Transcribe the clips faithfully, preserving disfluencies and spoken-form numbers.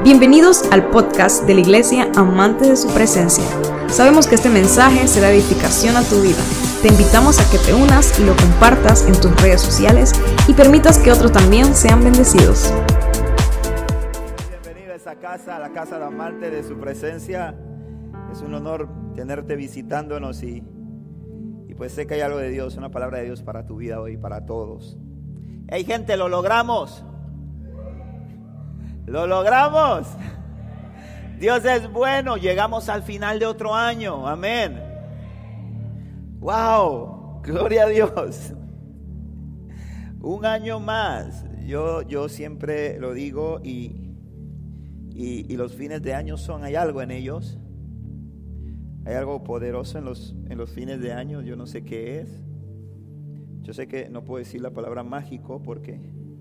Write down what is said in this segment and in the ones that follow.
Bienvenidos al podcast de la Iglesia Amante de su Presencia. Sabemos que este mensaje será edificación a tu vida. Te invitamos a que te unas y lo compartas en tus redes sociales y permitas que otros también sean bendecidos. Bienvenido a esta casa, a la casa de Amante de su Presencia. Es un honor tenerte visitándonos y, y pues sé que hay algo de Dios, una palabra de Dios para tu vida hoy, para todos. Hey gente, lo logramos. Lo logramos. Dios es bueno. Llegamos al final de otro año. Amén. Wow, gloria a Dios. Un año más. Yo, yo siempre lo digo y, y, y los fines de año son, hay algo en ellos. Hay algo poderoso en los, en los fines de año. Yo no sé qué es. Yo sé que no puedo decir la palabra mágico porque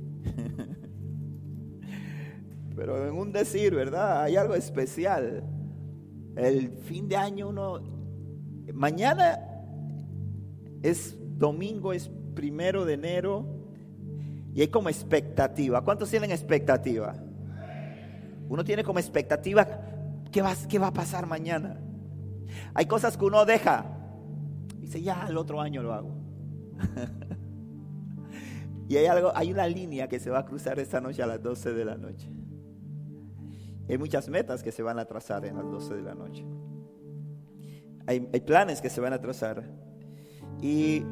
pero en un decir, ¿verdad? Hay algo especial. El fin de año uno, mañana es domingo, es primero de enero y hay como expectativa. ¿Cuántos tienen expectativa? Uno tiene como expectativa, ¿qué va, qué va a pasar mañana? Hay cosas que uno deja, dice ya el otro año lo hago. Y hay algo, hay una línea que se va a cruzar esta noche a las doce de la noche. Hay muchas metas que se van a trazar en las doce de la noche. Hay, hay planes que se van a trazar. Y,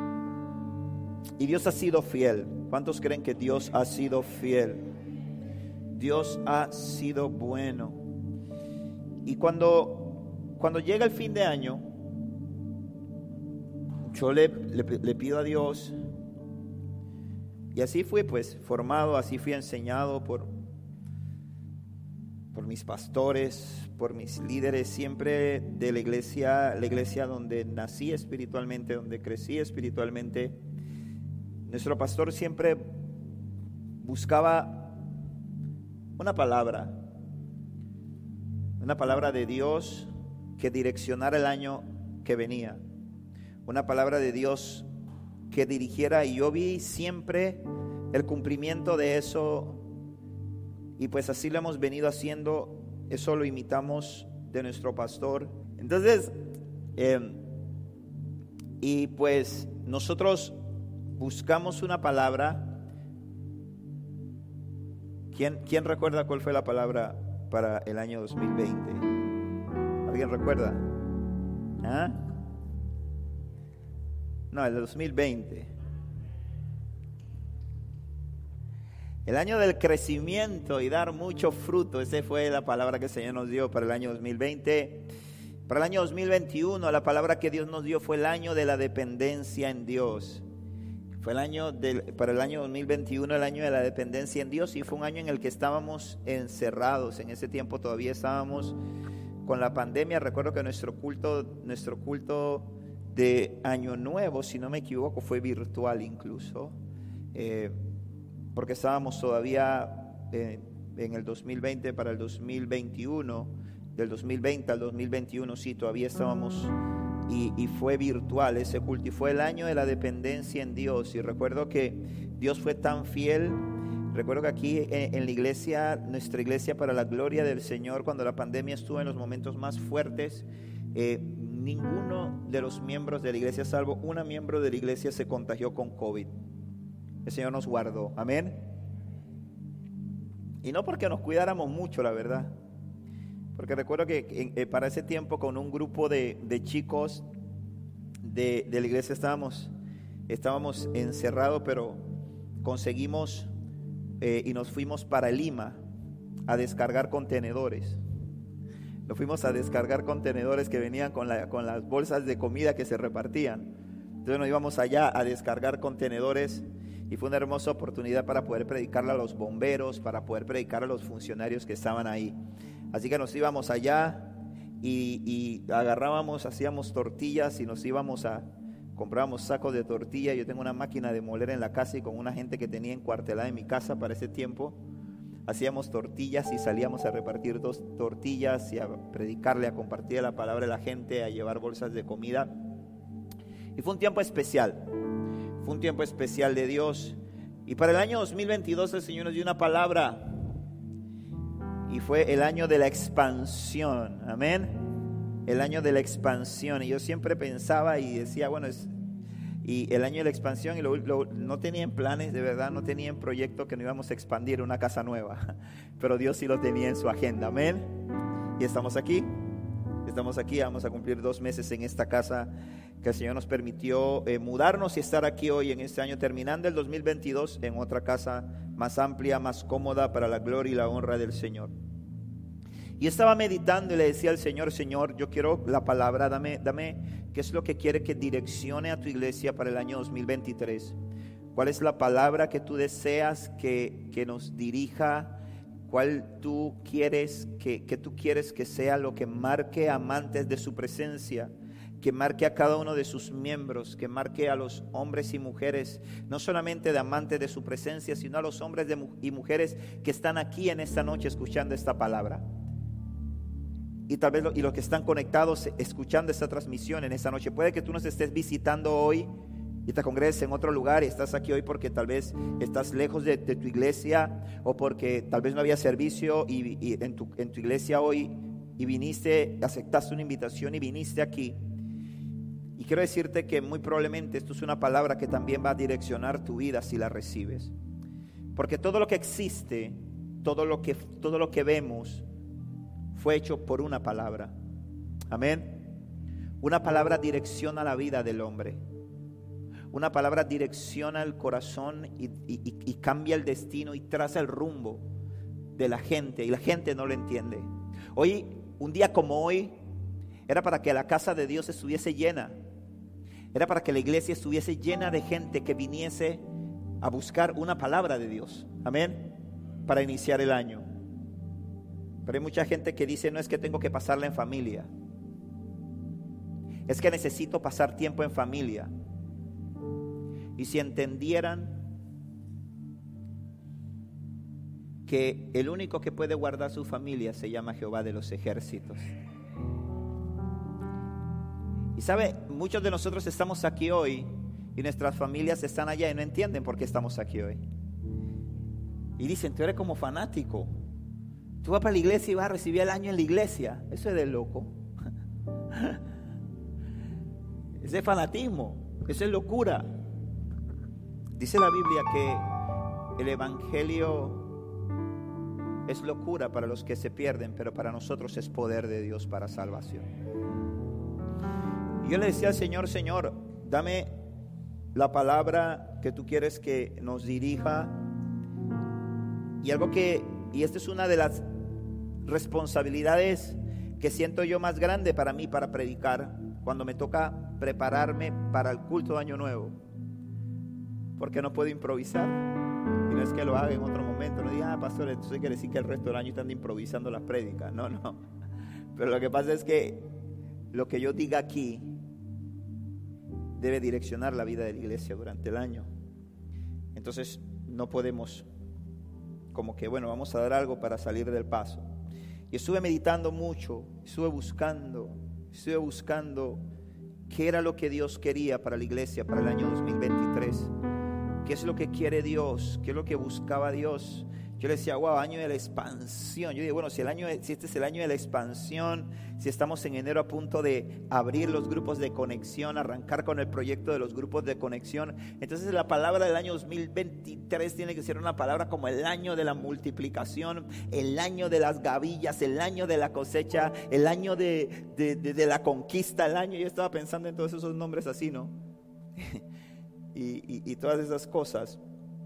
y Dios ha sido fiel. ¿Cuántos creen que Dios ha sido fiel? Dios ha sido bueno. Y cuando, cuando llega el fin de año, yo le, le, le pido a Dios, y así fui pues formado, así fui enseñado por por mis pastores, por mis líderes, siempre de la iglesia, la iglesia donde nací espiritualmente, donde crecí espiritualmente. Nuestro pastor siempre buscaba una palabra, una palabra de Dios que direccionara el año que venía, una palabra de Dios que dirigiera, y yo vi siempre el cumplimiento de eso. Y pues así lo hemos venido haciendo, eso lo imitamos de nuestro pastor. Entonces, eh, y pues nosotros buscamos una palabra. ¿Quién, ¿Quién recuerda cuál fue la palabra para el año dos mil veinte? ¿Alguien recuerda? ¿Ah? No, el dos mil veinte. El año del crecimiento y dar mucho fruto, esa fue la palabra que el Señor nos dio para el año dos mil veinte. Para el año dos mil veintiuno, la palabra que Dios nos dio fue el año de la dependencia en Dios. Fue el año del, para el año dos mil veintiuno, el año de la dependencia en Dios, y fue un año en el que estábamos encerrados. En ese tiempo todavía estábamos con la pandemia. Recuerdo que nuestro culto, nuestro culto de Año Nuevo, si no me equivoco, fue virtual incluso. Eh, porque estábamos todavía eh, en el dos mil veinte para el dos mil veintiuno, del dos mil veinte al dos mil veintiuno, sí, todavía estábamos, y, y fue virtual ese culto, y fue el año de la dependencia en Dios. Y recuerdo que Dios fue tan fiel. Recuerdo que aquí en, en la iglesia, nuestra iglesia, para la gloria del Señor, cuando la pandemia estuvo en los momentos más fuertes, eh, ninguno de los miembros de la iglesia, salvo una miembro de la iglesia, se contagió con COVID. El Señor nos guardó, amén. Y no porque nos cuidáramos mucho, la verdad, porque recuerdo que eh, para ese tiempo con un grupo de, de chicos de, de la iglesia estábamos, estábamos encerrados, pero conseguimos eh, y nos fuimos para Lima a descargar contenedores. Nos fuimos a descargar contenedores que venían con, la, con las bolsas de comida que se repartían. Entonces nos íbamos allá a descargar contenedores. Y fue una hermosa oportunidad para poder predicarle a los bomberos, para poder predicar a los funcionarios que estaban ahí. Así que nos íbamos allá y, y agarrábamos, hacíamos tortillas y nos íbamos a, comprábamos sacos de tortilla. Yo tengo una máquina de moler en la casa y con una gente que tenía encuartelada en mi casa para ese tiempo, hacíamos tortillas y salíamos a repartir dos tortillas y a predicarle, a compartir la palabra de la gente, a llevar bolsas de comida. Y fue un tiempo especial. Fue un tiempo especial de Dios. Y para el año dos mil veintidós el Señor nos dio una palabra. y fue el año de la expansión, amén, el año de la expansión. Y yo siempre pensaba y decía, bueno, es, y el año de la expansión, y lo, lo, no tenían planes, de verdad, no tenían proyecto que no íbamos a expandir una casa nueva, pero Dios sí lo tenía en su agenda, amén. Y estamos aquí, estamos aquí, vamos a cumplir dos meses en esta casa que el Señor nos permitió eh, mudarnos y estar aquí hoy en este año, terminando el dos mil veintidós en otra casa más amplia, más cómoda, para la gloria y la honra del Señor. Y estaba meditando y le decía al Señor, Señor, yo quiero la palabra, dame, dame, ¿qué es lo que quiere que direccione a tu iglesia para el año dos mil veintitrés? ¿Cuál es la palabra que tú deseas que, que nos dirija? ¿Cuál tú quieres que, que tú quieres que sea lo que marque amantes de su presencia? Que marque a cada uno de sus miembros, que marque a los hombres y mujeres, no solamente de amantes de su presencia, sino a los hombres de, y mujeres que están aquí en esta noche escuchando esta palabra. Y tal vez lo, y los que están conectados escuchando esta transmisión en esta noche. Puede que tú nos estés visitando hoy y te congregues en otro lugar y estás aquí hoy porque tal vez estás lejos de, de tu iglesia, o porque tal vez no había servicio y, y en, tu, en tu iglesia hoy, y viniste, aceptaste una invitación y viniste aquí. Y quiero decirte que muy probablemente esto es una palabra que también va a direccionar tu vida si la recibes. Porque todo lo que existe, todo lo que, todo lo que vemos fue hecho por una palabra. Amén. Una palabra direcciona la vida del hombre. Una palabra direcciona el corazón y, y, y cambia el destino y traza el rumbo de la gente. Y la gente no lo entiende. Hoy, un día como hoy, era para que la casa de Dios estuviese llena. Era para que la iglesia estuviese llena de gente que viniese a buscar una palabra de Dios. Amén. Para iniciar el año. Pero hay mucha gente que dice, no es que tengo que pasarla en familia. Es que necesito pasar tiempo en familia. Y si entendieran que el único que puede guardar su familia se llama Jehová de los ejércitos. Y sabe, muchos de nosotros estamos aquí hoy y nuestras familias están allá y no entienden por qué estamos aquí hoy. Y dicen, tú eres como fanático. Tú vas para la iglesia y vas a recibir el año en la iglesia. Eso es de loco. Ese es fanatismo, eso es locura. Dice la Biblia que el evangelio es locura para los que se pierden, pero para nosotros es poder de Dios para salvación. Y yo le decía al Señor, Señor, dame la palabra que tú quieres que nos dirija. Y algo que, y esta es una de las responsabilidades que siento yo más grande para mí, para predicar, cuando me toca prepararme para el culto de Año Nuevo, porque no puedo improvisar. Y no es que lo haga en otro momento, no diga, ah, pastor, entonces quiere decir que el resto del año están improvisando las prédicas. No, no. Pero lo que pasa es que lo que yo diga aquí debe direccionar la vida de la iglesia durante el año. Entonces no podemos como que, bueno, vamos a dar algo para salir del paso. Y estuve meditando mucho, estuve buscando, estuve buscando qué era lo que Dios quería para la iglesia para el año dos mil veintitrés. ¿Qué es lo que quiere Dios? ¿Qué es lo que buscaba Dios? Yo le decía, wow, año de la expansión. Yo digo, bueno, si, el año, si este es el año de la expansión, si estamos en enero a punto de abrir los grupos de conexión, arrancar con el proyecto de los grupos de conexión, entonces la palabra del año dos mil veintitrés tiene que ser una palabra como el año de la multiplicación, el año de las gavillas, el año de la cosecha, el año de, de, de, de la conquista, el año. Yo estaba pensando en todos esos nombres así, ¿no? y, y, y todas esas cosas.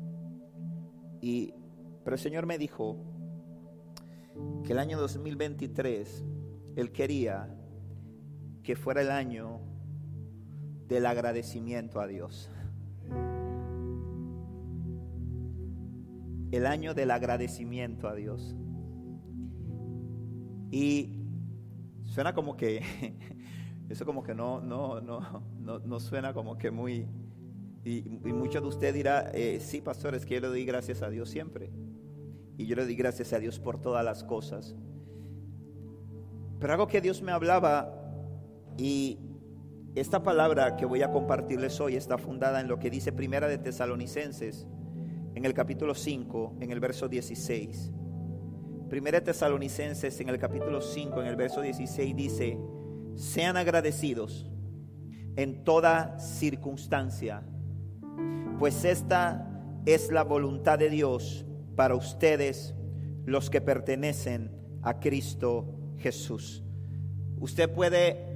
Y pero el Señor me dijo que el año dos mil veintitrés Él quería que fuera el año del agradecimiento a Dios. El año del agradecimiento a Dios. Y suena como que eso como que no no no no, no suena como que muy y, y muchos de ustedes dirán, eh, sí, pastor, es que yo le doy gracias a Dios siempre. Y yo le di gracias a Dios por todas las cosas. Pero algo que Dios me hablaba, y esta palabra que voy a compartirles hoy está fundada en lo que dice Primera de Tesalonicenses, en el capítulo cinco, en el verso dieciséis. Primera Tesalonicenses en el capítulo cinco, en el verso dieciséis dice: sean agradecidos en toda circunstancia, pues esta es la voluntad de Dios para ustedes, los que pertenecen a Cristo Jesús. Usted puede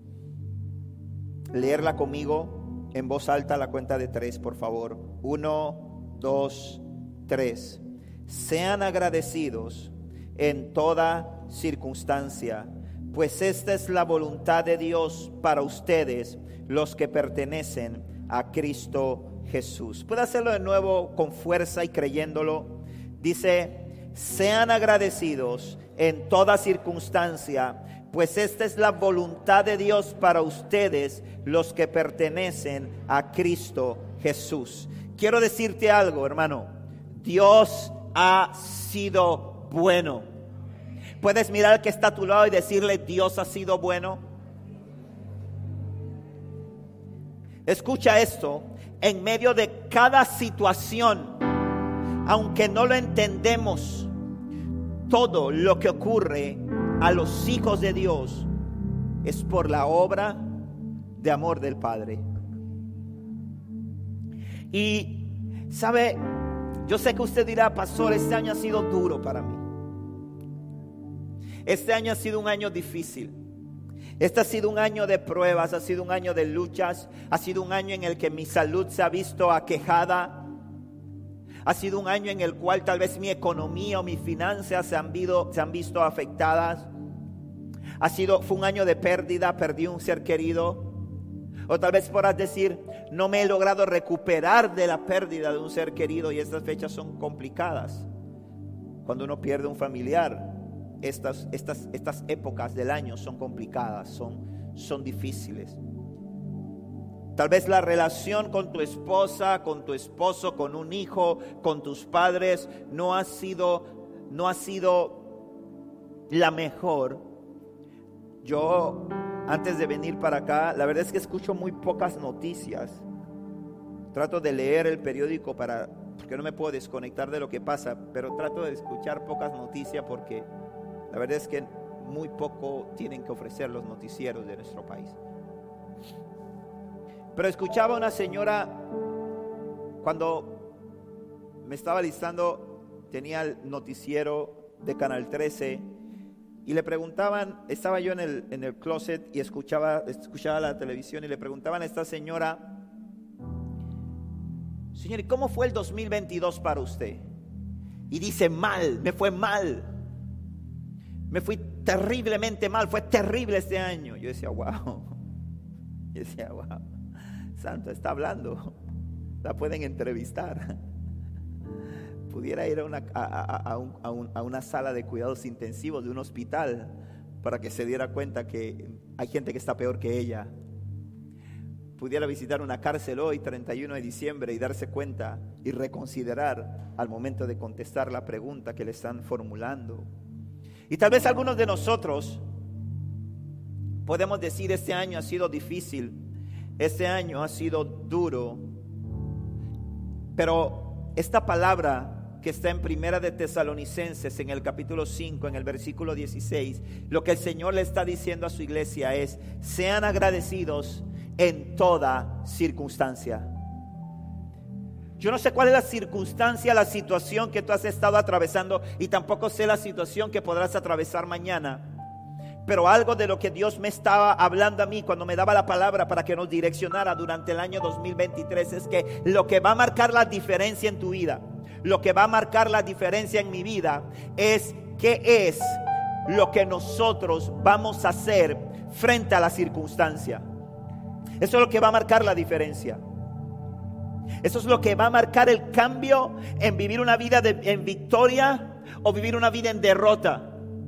leerla conmigo en voz alta a la cuenta de tres, por favor. Uno, dos, tres. Sean agradecidos en toda circunstancia, pues esta es la voluntad de Dios para ustedes, los que pertenecen a Cristo Jesús. Puede hacerlo de nuevo con fuerza y creyéndolo. Dice: sean agradecidos en toda circunstancia, pues esta es la voluntad de Dios para ustedes, los que pertenecen a Cristo Jesús. Quiero decirte algo, hermano. Dios ha sido bueno. Puedes mirar al que está a tu lado y decirle: Dios ha sido bueno. Escucha esto. En medio de cada situación, aunque no lo entendemos, todo lo que ocurre a los hijos de Dios es por la obra de amor del Padre. Y sabe, yo sé que usted dirá: pastor, este año ha sido duro para mí. Este año ha sido un año difícil. Este ha sido un año de pruebas, ha sido un año de luchas, ha sido un año en el que mi salud se ha visto aquejada. Ha sido un año en el cual tal vez mi economía o mis finanzas se han, visto, se han visto afectadas. Ha sido, fue un año de pérdida, perdí un ser querido. O tal vez podrás decir: no me he logrado recuperar de la pérdida de un ser querido, y estas fechas son complicadas. Cuando uno pierde un familiar, estas, estas, estas épocas del año son complicadas, son, son difíciles. Tal vez la relación con tu esposa, con tu esposo, con un hijo, con tus padres no ha sido, no ha sido la mejor. Yo, antes de venir para acá, la verdad es que escucho muy pocas noticias. Trato de leer el periódico para, porque no me puedo desconectar de lo que pasa, pero trato de escuchar pocas noticias porque la verdad es que muy poco tienen que ofrecer los noticieros de nuestro país. Pero escuchaba a una señora cuando me estaba listando, tenía el noticiero de Canal trece y le preguntaban, estaba yo en el, en el closet y escuchaba, escuchaba la televisión y le preguntaban a esta señora: señor, ¿y cómo fue el dos mil veintidós para usted? Y dice: mal, me fue mal. Me fui terriblemente mal, fue terrible este año. Yo decía: wow. Yo decía: wow. Santo, está hablando. La pueden entrevistar. Pudiera ir a una, a, a, a, un, a, un, a una sala de cuidados intensivos de un hospital para que se diera cuenta que hay gente que está peor que ella. Pudiera visitar una cárcel hoy, treinta y uno de diciembre, y darse cuenta y reconsiderar al momento de contestar la pregunta que le están formulando. Y tal vez algunos de nosotros podemos decir: este año ha sido difícil, este año ha sido duro. Pero esta palabra que está en Primera de Tesalonicenses, en el capítulo cinco, en el versículo dieciséis, lo que el Señor le está diciendo a su iglesia es: sean agradecidos en toda circunstancia. Yo no sé cuál es la circunstancia, la situación que tú has estado atravesando, y tampoco sé la situación que podrás atravesar mañana. Pero algo de lo que Dios me estaba hablando a mí cuando me daba la palabra para que nos direccionara durante el año dos mil veintitrés es que lo que va a marcar la diferencia en tu vida, lo que va a marcar la diferencia en mi vida, es qué es lo que nosotros vamos a hacer frente a la circunstancia. Eso es lo que va a marcar la diferencia. Eso es lo que va a marcar el cambio en vivir una vida de, en victoria o vivir una vida en derrota.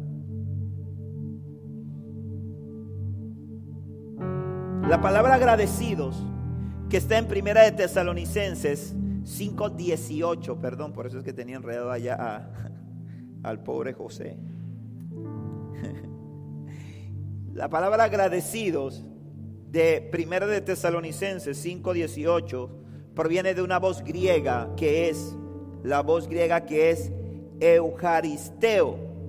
La palabra agradecidos, que está en Primera de Tesalonicenses cinco dieciocho, perdón, por eso es que tenía enredado allá a, al pobre José. La palabra agradecidos de Primera de Tesalonicenses cinco dieciocho proviene de una voz griega que es la voz griega que es eucaristeo.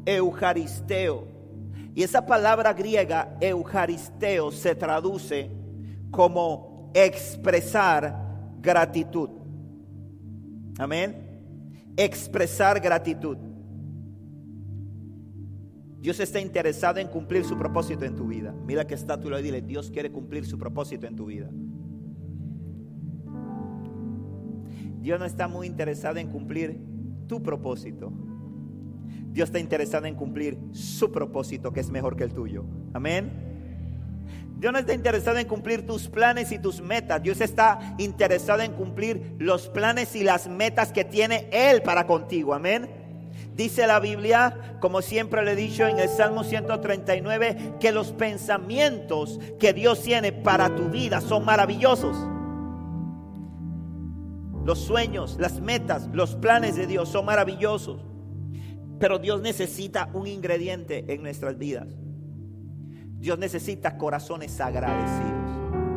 eucaristeo. Y esa palabra griega, eucaristeo, se traduce como expresar gratitud. Amén. Expresar gratitud. Dios está interesado en cumplir su propósito en tu vida. Mira que está tú y dile: Dios quiere cumplir su propósito en tu vida. Dios no está muy interesado en cumplir tu propósito. Dios está interesado en cumplir su propósito, que es mejor que el tuyo. Amén. Dios no está interesado en cumplir tus planes y tus metas. Dios está interesado en cumplir los planes y las metas que tiene Él para contigo. Amén. Dice la Biblia, como siempre le he dicho en el Salmo ciento treinta y nueve, que los pensamientos que Dios tiene para tu vida son maravillosos. Los sueños, las metas, los planes de Dios son maravillosos. Pero Dios necesita un ingrediente en nuestras vidas. Dios necesita corazones agradecidos.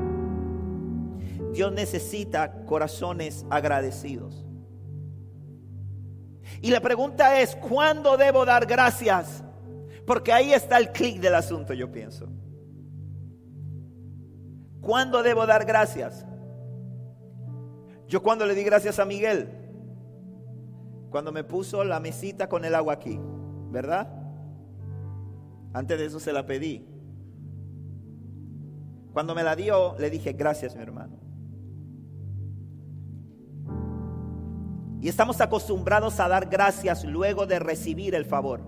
Dios necesita corazones agradecidos. Y la pregunta es: ¿cuándo debo dar gracias? Porque ahí está el clic del asunto, yo pienso. ¿Cuándo debo dar gracias? Yo cuando le di gracias a Miguel, cuando me puso la mesita con el agua aquí, ¿verdad? Antes de eso se la pedí. Cuando me la dio, le dije: gracias, mi hermano. Y estamos acostumbrados a dar gracias luego de recibir el favor.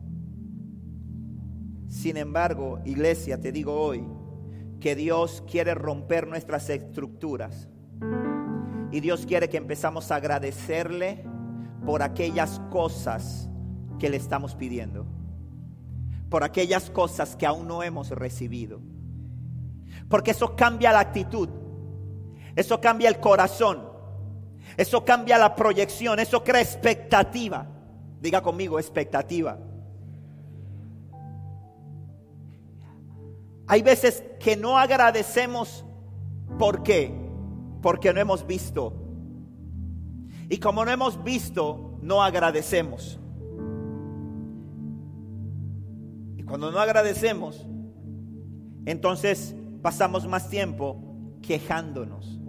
Sin embargo, iglesia, te digo hoy que Dios quiere romper nuestras estructuras. Y Dios quiere que empezamos a agradecerle por aquellas cosas que le estamos pidiendo, por aquellas cosas que aún no hemos recibido. Porque eso cambia la actitud, eso cambia el corazón, eso cambia la proyección, eso crea expectativa. Diga conmigo: expectativa. Hay veces que no agradecemos. ¿Por qué? Porque no hemos visto. Y como no hemos visto, no agradecemos. Y cuando no agradecemos, entonces pasamos más tiempo quejándonos.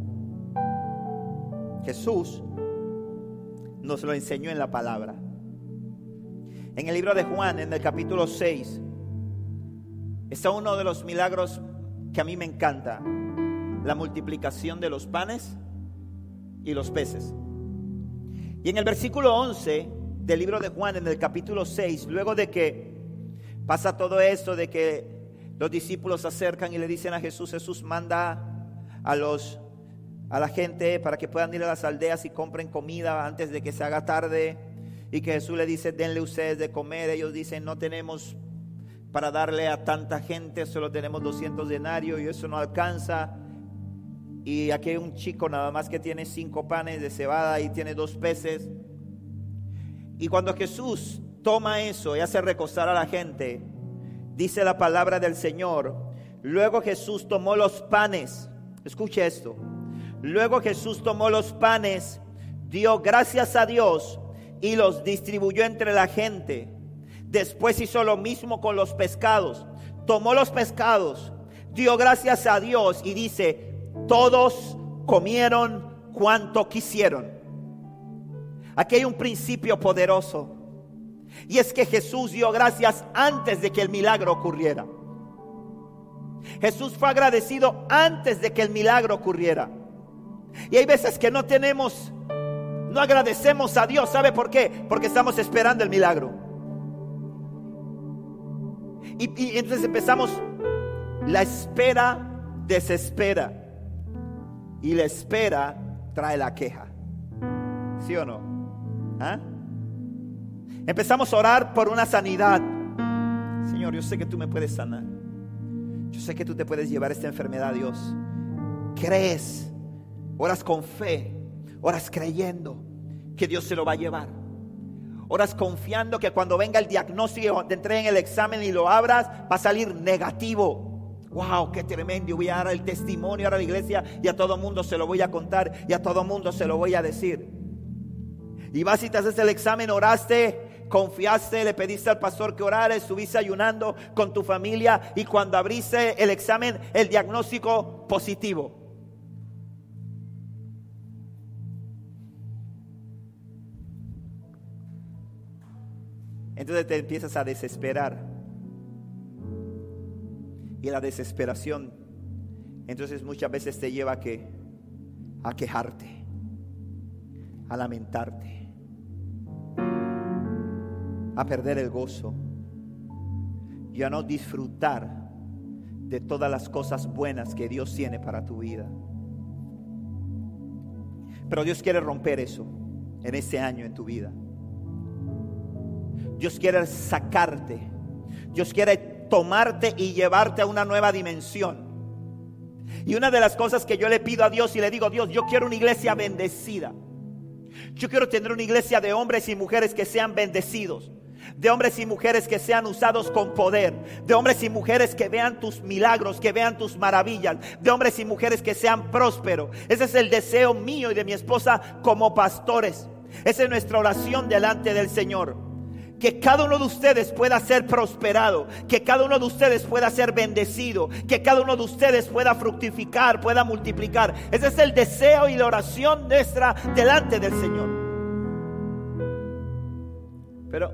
Jesús nos lo enseñó en la palabra. En el libro de Juan, en el capítulo seis, está uno de los milagros que a mí me encanta: la multiplicación de los panes y los peces. Y en el versículo once del libro de Juan, en el capítulo seis, luego de que pasa todo esto, de que los discípulos se acercan y le dicen a Jesús, Jesús manda a los a la gente para que puedan ir a las aldeas y compren comida antes de que se haga tarde, y que Jesús le dice: denle ustedes de comer. Ellos dicen: no tenemos para darle a tanta gente, solo tenemos doscientos denarios y eso no alcanza. Y aquí hay un chico nada más que tiene cinco panes de cebada y tiene dos peces. Y cuando Jesús toma eso y hace recostar a la gente, dice la palabra del Señor: luego Jesús tomó los panes. Escuche esto. Luego Jesús tomó los panes, dio gracias a Dios y los distribuyó entre la gente. Después hizo lo mismo con los pescados. Tomó los pescados, dio gracias a Dios y dice: todos comieron cuanto quisieron. Aquí hay un principio poderoso, y es que Jesús dio gracias antes de que el milagro ocurriera. Jesús fue agradecido antes de que el milagro ocurriera. Y hay veces que no tenemos, no agradecemos a Dios. ¿Sabe por qué? Porque estamos esperando el milagro. Y, y entonces empezamos, la espera desespera. Y la espera trae la queja. ¿Sí o no? ¿Ah? Empezamos a orar por una sanidad. Señor, yo sé que tú me puedes sanar. Yo sé que tú te puedes llevar esta enfermedad, Dios. Crees, oras con fe, oras creyendo que Dios se lo va a llevar. Oras confiando que cuando venga el diagnóstico, te entreguen el examen y lo abras, va a salir negativo. Wow, qué tremendo. Voy a dar el testimonio ahora a la iglesia y a todo mundo se lo voy a contar y a todo mundo se lo voy a decir. Y vas y te haces el examen, oraste, confiaste, le pediste al pastor que orara, estuviste ayunando con tu familia y cuando abriste el examen, el diagnóstico positivo. Entonces te empiezas a desesperar. Y la desesperación, entonces muchas veces te lleva a, que, a quejarte, a lamentarte, a perder el gozo y a no disfrutar de todas las cosas buenas que Dios tiene para tu vida. Pero Dios quiere romper eso en este año en tu vida. Dios quiere sacarte. Dios quiere tomarte y llevarte a una nueva dimensión. Y una de las cosas que yo le pido a Dios y le digo: Dios, yo quiero una iglesia bendecida. Yo quiero tener una iglesia de hombres y mujeres que sean bendecidos, de hombres y mujeres que sean usados con poder, de hombres y mujeres que vean tus milagros, que vean tus maravillas, de hombres y mujeres que sean prósperos. Ese es el deseo mío y de mi esposa como pastores. Esa es nuestra oración delante del Señor. Que cada uno de ustedes pueda ser prosperado, que cada uno de ustedes pueda ser bendecido, que cada uno de ustedes pueda fructificar, pueda multiplicar. Ese es el deseo y la oración nuestra delante del Señor. Pero,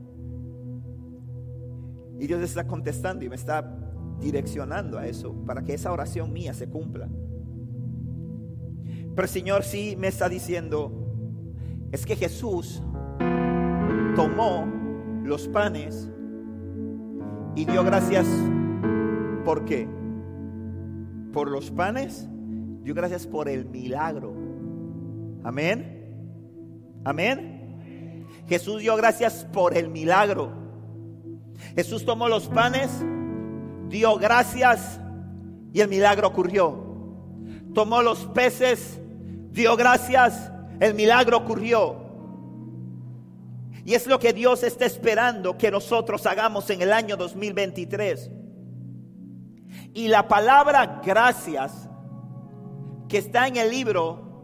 y Dios está contestando y me está direccionando a eso, para que esa oración mía se cumpla. Pero el Señor sí me está diciendo, es que Jesús tomó los panes y dio gracias. ¿Por qué? Por los panes, dio gracias por el milagro. Amén. Amén. Jesús dio gracias por el milagro. Jesús tomó los panes, dio gracias y el milagro ocurrió. Tomó los peces, dio gracias, el milagro ocurrió. Y es lo que Dios está esperando que nosotros hagamos en el año dos mil veintitrés. Y la palabra gracias, que está en el libro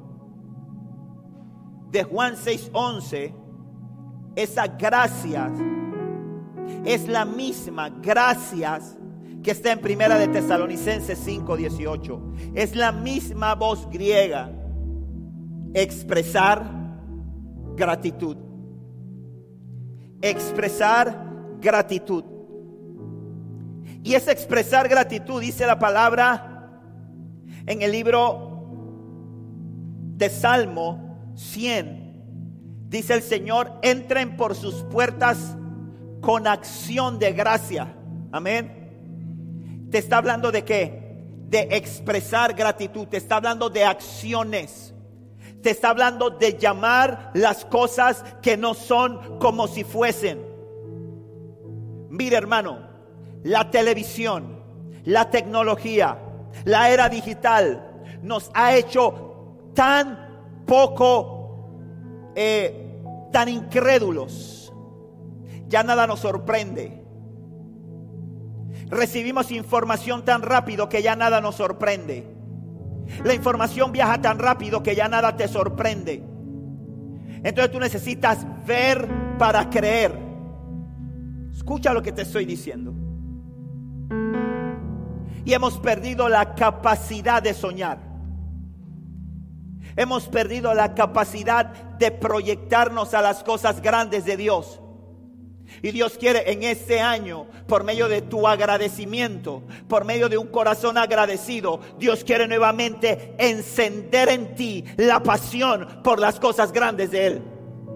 de Juan seis once, esa gracias es la misma gracias que está en Primera de Tesalonicenses cinco dieciocho. Es la misma voz griega, expresar gratitud. Expresar gratitud. Y es expresar gratitud, dice la palabra en el libro de Salmo cien. Dice el Señor: entren por sus puertas con acción de gracia. Amén. Te está hablando de qué? De expresar gratitud. Te está hablando de acciones. Te está hablando de llamar las cosas que no son como si fuesen. Mira, hermano, la televisión, la tecnología, la era digital nos ha hecho tan poco, eh, tan incrédulos. Ya nada nos sorprende. Recibimos información tan rápido que ya nada nos sorprende. La información viaja tan rápido que ya nada te sorprende. Entonces tú necesitas ver para creer. Escucha lo que te estoy diciendo. Y hemos perdido la capacidad de soñar. Hemos perdido la capacidad de proyectarnos a las cosas grandes de Dios. Y Dios quiere en este año, por medio de tu agradecimiento, por medio de un corazón agradecido, Dios quiere nuevamente encender en ti la pasión por las cosas grandes de Él.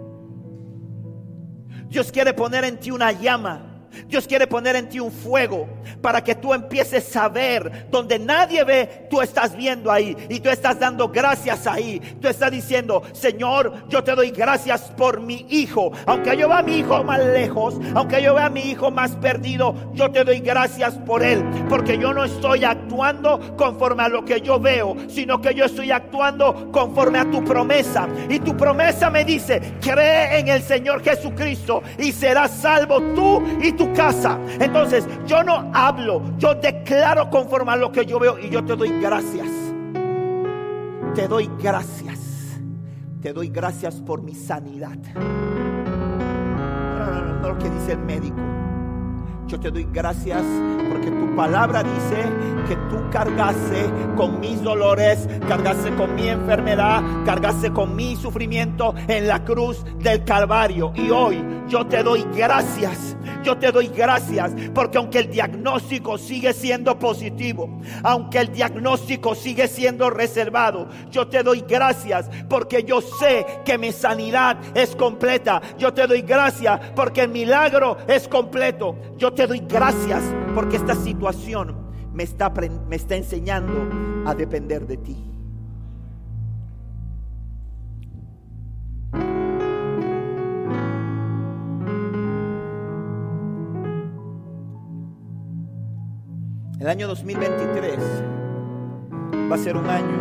Dios quiere poner en ti una llama. Dios quiere poner en ti un fuego para que tú empieces a ver donde nadie ve. Tú estás viendo ahí y tú estás dando gracias ahí. Tú estás diciendo: Señor, yo te doy gracias por mi hijo. Aunque yo vea a mi hijo más lejos, aunque yo vea a mi hijo más perdido, yo te doy gracias por él, porque yo no estoy actuando conforme a lo que yo veo, sino que yo estoy actuando conforme a tu promesa. Y tu promesa me dice: cree en el Señor Jesucristo y serás salvo tú y tu casa. Entonces yo no hablo, yo declaro conforme a lo que yo veo. Y yo te doy gracias. Te doy gracias. Te doy gracias por mi sanidad. no, no, no, no lo que dice el médico. Yo te doy gracias porque tu palabra dice que tú cargaste con mis dolores, cargaste con mi enfermedad, cargaste con mi sufrimiento en la cruz del Calvario. Y hoy yo te doy gracias. Yo te doy gracias porque aunque el diagnóstico sigue siendo positivo, aunque el diagnóstico sigue siendo reservado, yo te doy gracias porque yo sé que mi sanidad es completa. Yo te doy gracias porque el milagro es completo. Yo te doy gracias porque esta situación me está, me está enseñando a depender de ti. El año dos mil veintitrés va a ser un año,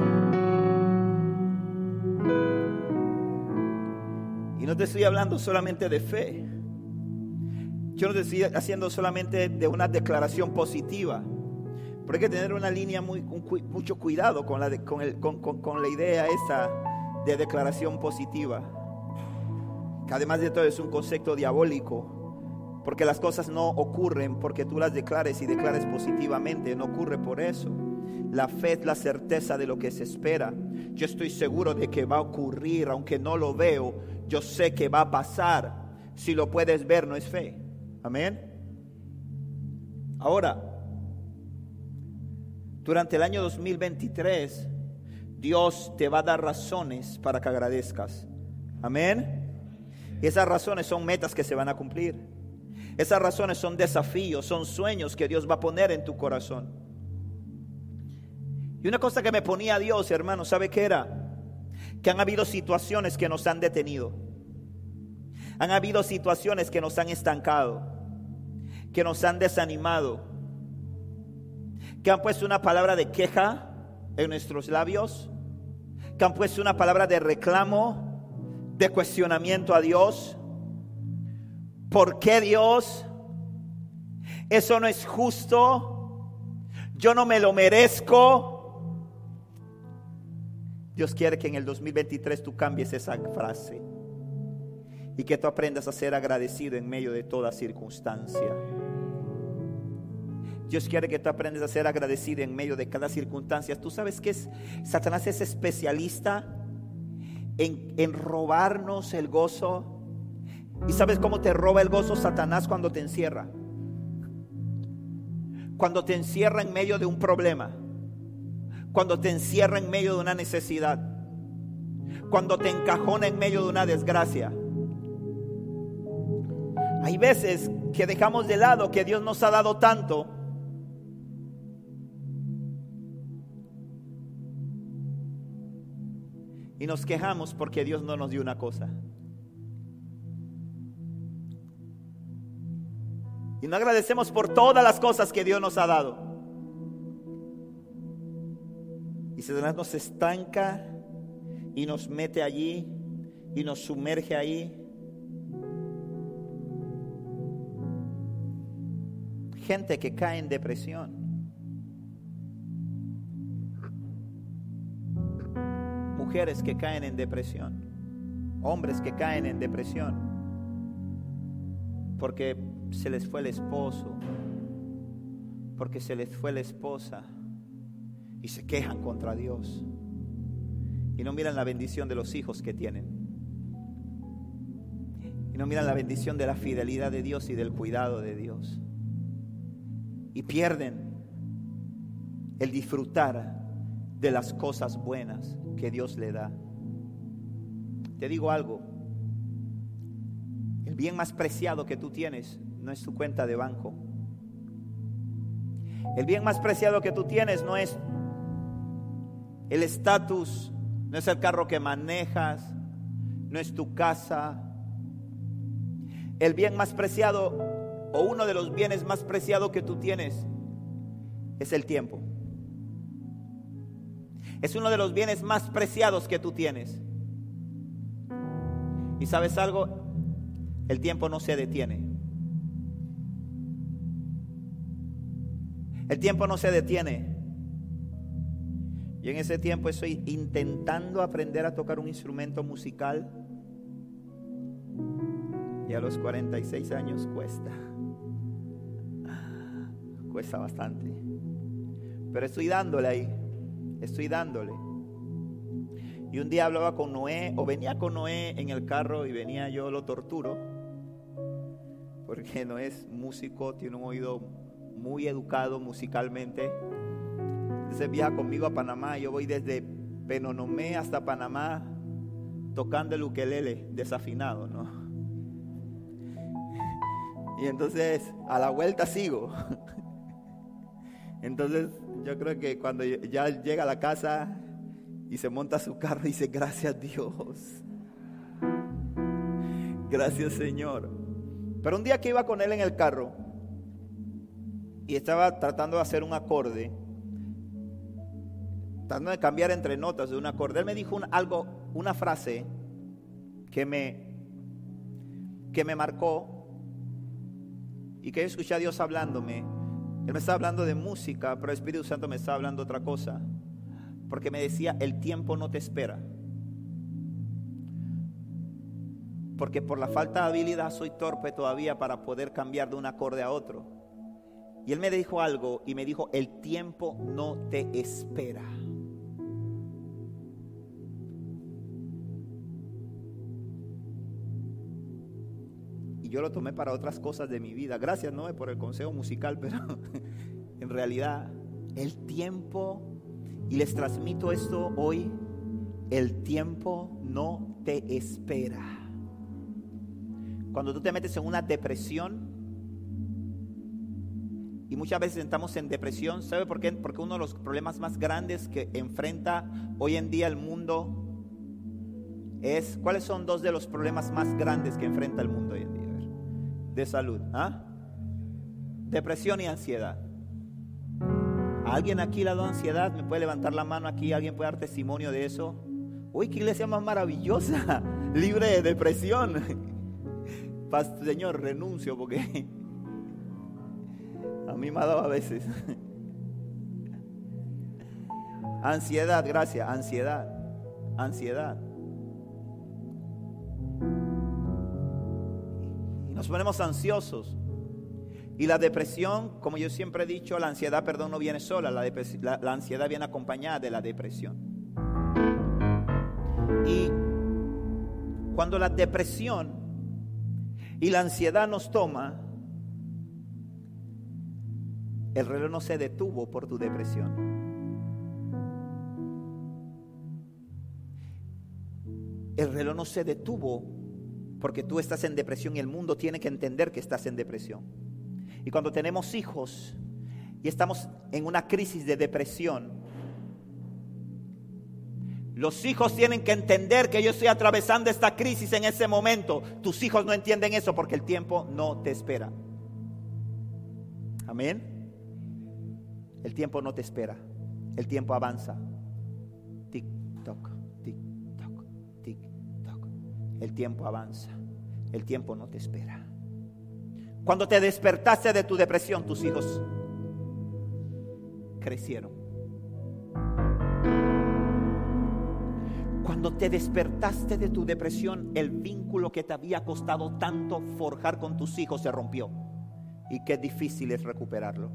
y no te estoy hablando solamente de fe. Yo no te estoy haciendo solamente de una declaración positiva, pero hay que tener una línea muy, un, mucho cuidado con la, de, con, el, con, con, con la idea esa de declaración positiva, que además de todo es un concepto diabólico. Porque las cosas no ocurren porque tú las declares y declares positivamente. No ocurre por eso. La fe es la certeza de lo que se espera. Yo estoy seguro de que va a ocurrir, aunque no lo veo. Yo sé que va a pasar. Si lo puedes ver, no es fe. Amén. Ahora, durante el año dos mil veintitrés, Dios te va a dar razones para que agradezcas. Amén. Y esas razones son metas que se van a cumplir. Esas razones son desafíos, son sueños que Dios va a poner en tu corazón. Y una cosa que me ponía Dios, hermano, ¿sabe qué era? Que han habido situaciones que nos han detenido. Han habido situaciones que nos han estancado, que nos han desanimado, que han puesto una palabra de queja en nuestros labios, que han puesto una palabra de reclamo, de cuestionamiento a Dios. ¿Por qué, Dios? Eso no es justo. Yo no me lo merezco. Dios quiere que en el dos mil veintitrés tú cambies esa frase y que tú aprendas a ser agradecido en medio de toda circunstancia. Dios quiere que tú aprendas a ser agradecido en medio de cada circunstancia. Tú sabes que es, Satanás es especialista en, en robarnos el gozo. ¿Y sabes cómo te roba el gozo Satanás? Cuando te encierra. Cuando te encierra en medio de un problema. Cuando te encierra en medio de una necesidad. Cuando te encajona en medio de una desgracia. Hay veces que dejamos de lado que Dios nos ha dado tanto. Y nos quejamos porque Dios no nos dio una cosa. Y no agradecemos por todas las cosas que Dios nos ha dado. Y Satanás nos estanca y nos mete allí y nos sumerge ahí. Gente que cae en depresión. Mujeres que caen en depresión. Hombres que caen en depresión. Porque se les fue el esposo, porque se les fue la esposa, y se quejan contra Dios y no miran la bendición de los hijos que tienen, y no miran la bendición de la fidelidad de Dios y del cuidado de Dios, y pierden el disfrutar de las cosas buenas que Dios le da. Te digo algo: el bien más preciado que tú tienes no es tu cuenta de banco. El bien más preciado que tú tienes no es el estatus, no es el carro que manejas, no es tu casa. El bien más preciado, o uno de los bienes más preciados que tú tienes, es el tiempo. Es uno de los bienes más preciados que tú tienes. ¿Y sabes algo? El tiempo no se detiene. El tiempo no se detiene. Yo en ese tiempo estoy intentando aprender a tocar un instrumento musical. Y a los cuarenta y seis años cuesta. Cuesta bastante. Pero estoy dándole ahí. Estoy dándole. Y un día hablaba con Noé, o venía con Noé en el carro y venía yo, lo torturo. Porque Noé es músico, tiene un oído muy educado musicalmente. Entonces viaja conmigo a Panamá. Yo voy desde Penonomé hasta Panamá tocando el ukelele desafinado, ¿no? Y entonces a la vuelta sigo. Entonces yo creo que cuando ya llega a la casa y se monta a su carro, dice: gracias Dios, gracias Señor. Pero un día que iba con él en el carro y estaba tratando de hacer un acorde, tratando de cambiar entre notas de un acorde, él me dijo un, algo, una frase que me, que me marcó y que yo escuché a Dios hablándome. Él me estaba hablando de música, pero el Espíritu Santo me estaba hablando de otra cosa, porque me decía: el tiempo no te espera, porque por la falta de habilidad soy torpe todavía para poder cambiar de un acorde a otro. Y él me dijo algo y me dijo: el tiempo no te espera. Y yo lo tomé para otras cosas de mi vida. Gracias, Noé, por el consejo musical, pero en realidad el tiempo, y les transmito esto hoy, el tiempo no te espera. Cuando tú te metes en una depresión, y muchas veces estamos en depresión, ¿sabe por qué? Porque uno de los problemas más grandes que enfrenta hoy en día el mundo es, ¿cuáles son dos de los problemas más grandes que enfrenta el mundo hoy en día? De salud, ¿ah? Depresión y ansiedad. ¿A alguien aquí le ha dado ansiedad? ¿Me puede levantar la mano aquí? ¿Alguien puede dar testimonio de eso? Uy, qué iglesia más maravillosa, libre de depresión. Señor, renuncio porque a mí me ha dado a veces. Ansiedad, gracias, ansiedad, ansiedad. Y nos ponemos ansiosos. Y la depresión, como yo siempre he dicho, la ansiedad, perdón, no viene sola, la, depres- la, la ansiedad viene acompañada de la depresión. Y cuando la depresión y la ansiedad nos toma, el reloj no se detuvo por tu depresión. El reloj no se detuvo porque tú estás en depresión y el mundo tiene que entender que estás en depresión. Y cuando tenemos hijos y estamos en una crisis de depresión, los hijos tienen que entender que yo estoy atravesando esta crisis en ese momento. Tus hijos no entienden eso porque el tiempo no te espera. Amén. El tiempo no te espera. El tiempo avanza. Tic, toc, tic, toc, tic, toc. El tiempo avanza. El tiempo no te espera. Cuando te despertaste de tu depresión, tus hijos crecieron. Cuando te despertaste de tu depresión, el vínculo que te había costado tanto forjar con tus hijos se rompió. Y qué difícil es recuperarlo.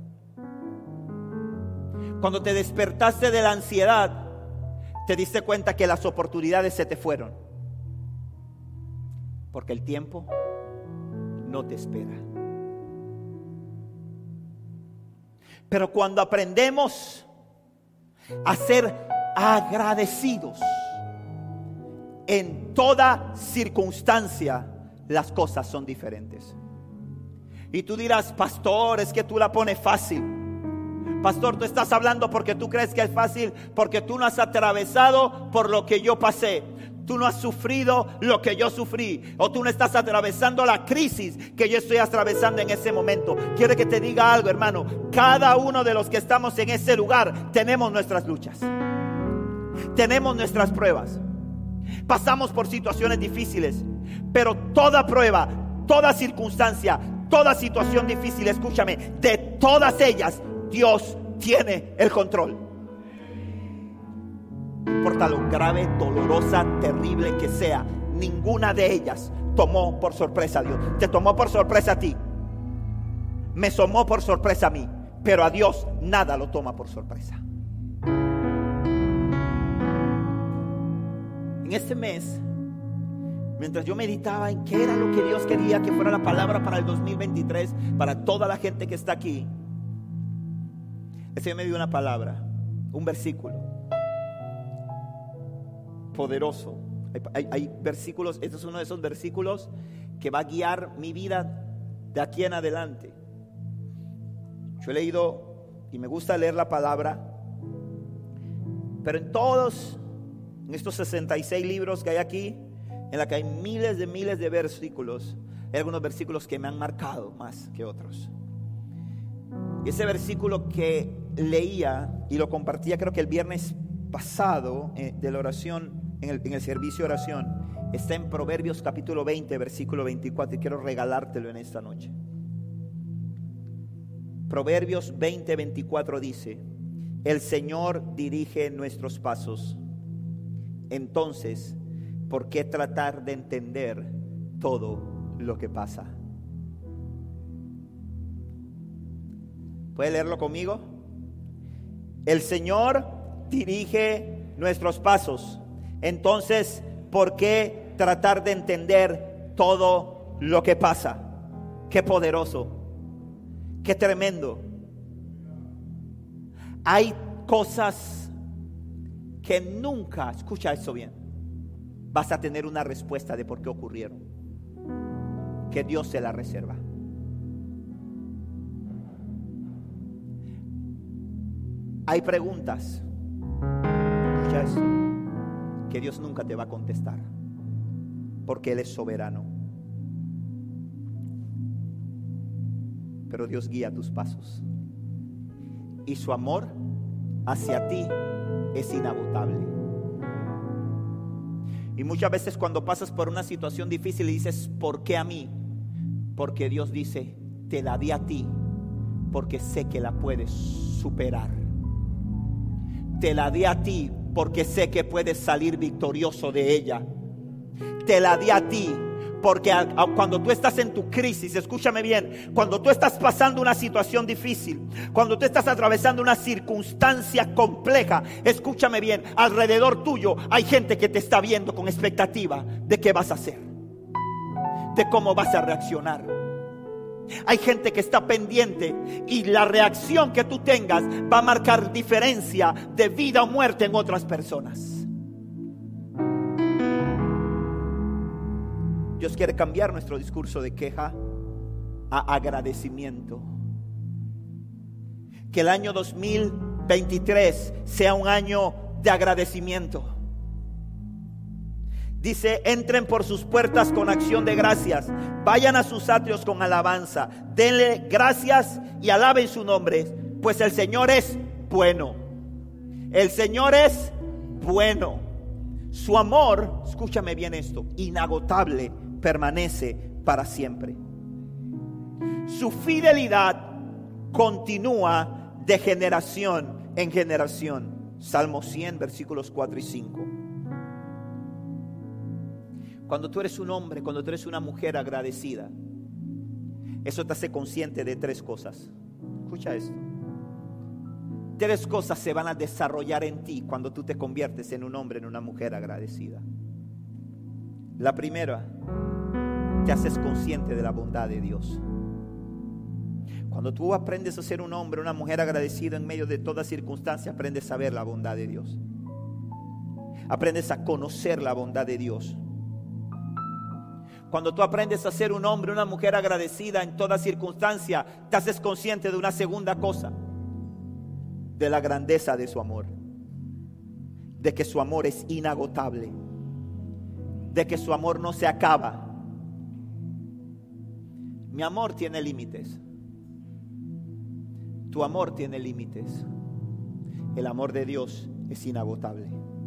Cuando te despertaste de la ansiedad, te diste cuenta que las oportunidades se te fueron. Porque el tiempo no te espera. Pero cuando aprendemos a ser agradecidos en toda circunstancia, las cosas son diferentes. Y tú dirás: pastor, es que tú la pones fácil. Pastor, tú estás hablando porque tú crees que es fácil, porque tú no has atravesado por lo que yo pasé. Tú no has sufrido lo que yo sufrí, o tú no estás atravesando la crisis que yo estoy atravesando en ese momento. Quiero que te diga algo, hermano. Cada uno de los que estamos en ese lugar tenemos nuestras luchas, tenemos nuestras pruebas, pasamos por situaciones difíciles. Pero toda prueba, toda circunstancia, toda situación difícil, escúchame, de todas ellas Dios tiene el control. No importa lo grave, dolorosa, terrible que sea, ninguna de ellas tomó por sorpresa a Dios. Te tomó por sorpresa a ti. Me tomó por sorpresa a mí. Pero a Dios nada lo toma por sorpresa. En este mes, mientras yo meditaba en qué era lo que Dios quería que fuera la palabra para el dos mil veintitrés, para toda la gente que está aquí, el Señor me dio una palabra, un versículo poderoso. Hay, hay, hay versículos, este es uno de esos versículos que va a guiar mi vida de aquí en adelante. Yo he leído y me gusta leer la palabra, pero en todos, en estos sesenta y seis libros que hay aquí, en la que hay miles de miles de versículos, hay algunos versículos que me han marcado más que otros. Y ese versículo que leía y lo compartía, creo que el viernes pasado, eh, de la oración, en el, en el servicio de oración, está en Proverbios capítulo veinte, versículo veinticuatro, y quiero regalártelo en esta noche. Proverbios veinte, veinticuatro dice: el Señor dirige nuestros pasos. Entonces, ¿por qué tratar de entender todo lo que pasa? ¿Puede leerlo conmigo? El Señor dirige nuestros pasos. Entonces, ¿por qué tratar de entender todo lo que pasa? Qué poderoso, qué tremendo. Hay cosas que nunca, escucha esto bien, vas a tener una respuesta de por qué ocurrieron, que Dios se la reserva. Hay preguntas, escucha esto, que Dios nunca te va a contestar, porque Él es soberano. Pero Dios guía tus pasos, y su amor hacia ti es inagotable. Y muchas veces cuando pasas por una situación difícil y dices, ¿por qué a mí? Porque Dios dice, te la di a ti porque sé que la puedes superar. Te la di a ti porque sé que puedes salir victorioso de ella. Te la di a ti porque a, a, cuando tú estás en tu crisis, escúchame bien, cuando tú estás pasando una situación difícil, cuando tú estás atravesando una circunstancia compleja, escúchame bien, alrededor tuyo hay gente que te está viendo con expectativa de qué vas a hacer, de cómo vas a reaccionar. Hay gente que está pendiente y la reacción que tú tengas va a marcar diferencia de vida o muerte en otras personas. Dios quiere cambiar nuestro discurso de queja a agradecimiento. Que el año dos mil veintitrés sea un año de agradecimiento. Dice, entren por sus puertas con acción de gracias, vayan a sus atrios con alabanza, denle gracias y alaben su nombre, pues el Señor es bueno. El Señor es bueno. Su amor, escúchame bien esto, inagotable, permanece para siempre. Su fidelidad continúa de generación en generación. Salmo cien, versículos cuatro y cinco. Cuando tú eres un hombre, cuando tú eres una mujer agradecida, eso te hace consciente de tres cosas. Escucha esto. Tres cosas se van a desarrollar en ti cuando tú te conviertes en un hombre, en una mujer agradecida. La primera, te haces consciente de la bondad de Dios. Cuando tú aprendes a ser un hombre, una mujer agradecida en medio de toda circunstancia, aprendes a ver la bondad de Dios. Aprendes a conocer la bondad de Dios. Cuando tú aprendes a ser un hombre, una mujer agradecida en toda circunstancia, te haces consciente de una segunda cosa, de la grandeza de su amor, de que su amor es inagotable, de que su amor no se acaba. Mi amor tiene límites. Tu amor tiene límites. El amor de Dios es inagotable.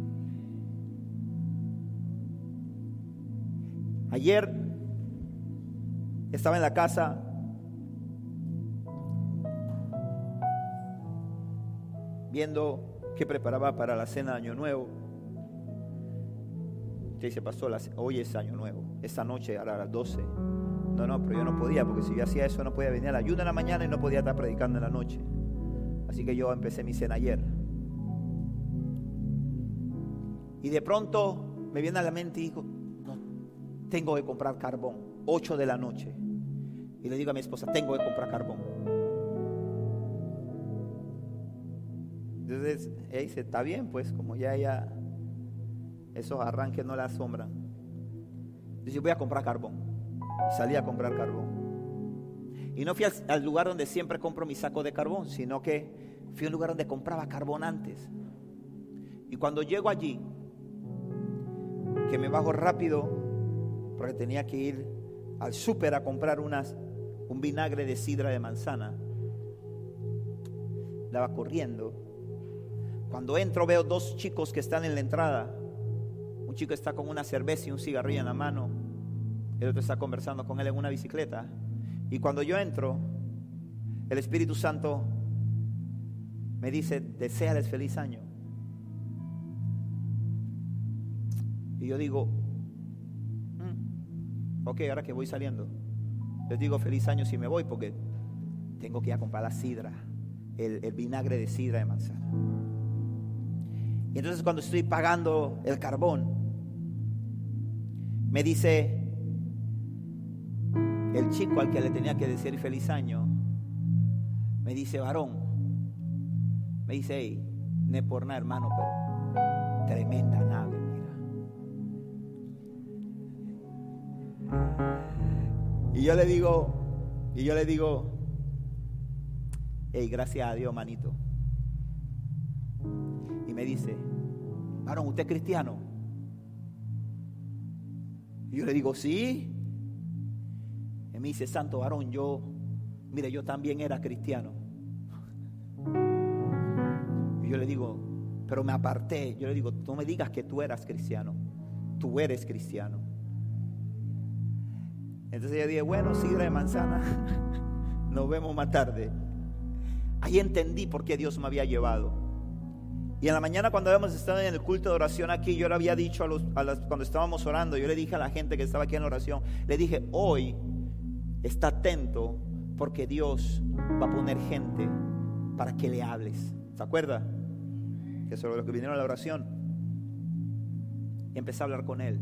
Ayer estaba en la casa viendo qué preparaba para la cena de Año Nuevo. Usted dice, pastor, hoy es año nuevo, esta noche a las doce. No, no, pero yo no podía, porque si yo hacía eso no podía venir al ayuno en la mañana y no podía estar predicando en la noche. Así que yo empecé mi cena ayer. Y de pronto me viene a la mente y digo, no, tengo que comprar carbón, ocho de la noche. Y le digo a mi esposa, tengo que comprar carbón. Entonces ella dice, está bien, pues como ya ella, esos arranques no la asombran. Dice, voy a comprar carbón. Y salí a comprar carbón. Y no fui al, al lugar donde siempre compro mi saco de carbón, sino que fui a un lugar donde compraba carbón antes. Y cuando llego allí, que me bajo rápido, porque tenía que ir al súper a comprar unas, un vinagre de sidra de manzana. Estaba corriendo. Cuando entro veo dos chicos que están en la entrada. Un chico está con una cerveza y un cigarrillo en la mano. El otro está conversando con él en una bicicleta. Y cuando yo entro, el Espíritu Santo me dice, deséales feliz año. Y yo digo, mm, ok, ahora que voy saliendo, les digo feliz año si me voy, porque tengo que ir a comprar la sidra, el, el vinagre de sidra de manzana. Y entonces cuando estoy pagando el carbón, me dice el chico al que le tenía que decir feliz año, me dice, varón, me dice, hey, no es por nada, hermano, pero tremenda nave, mira. Y yo le digo, y yo le digo, hey, gracias a Dios, manito. Y me dice, varón, ¿usted es cristiano? Y yo le digo, sí. Y me dice, santo varón, yo, mire, yo también era cristiano. Y yo le digo, pero me aparté. Yo le digo, no me digas que tú eras cristiano, tú eres cristiano. Entonces yo dije, bueno, sidra de manzana, nos vemos más tarde. Ahí entendí por qué Dios me había llevado. Y en la mañana cuando habíamos estado en el culto de oración aquí, yo le había dicho a los, a las, cuando estábamos orando, yo le dije a la gente que estaba aquí en la oración, le dije, hoy está atento porque Dios va a poner gente para que le hables. ¿Se acuerda? Que sobre los que vinieron a la oración. Y empecé a hablar con él.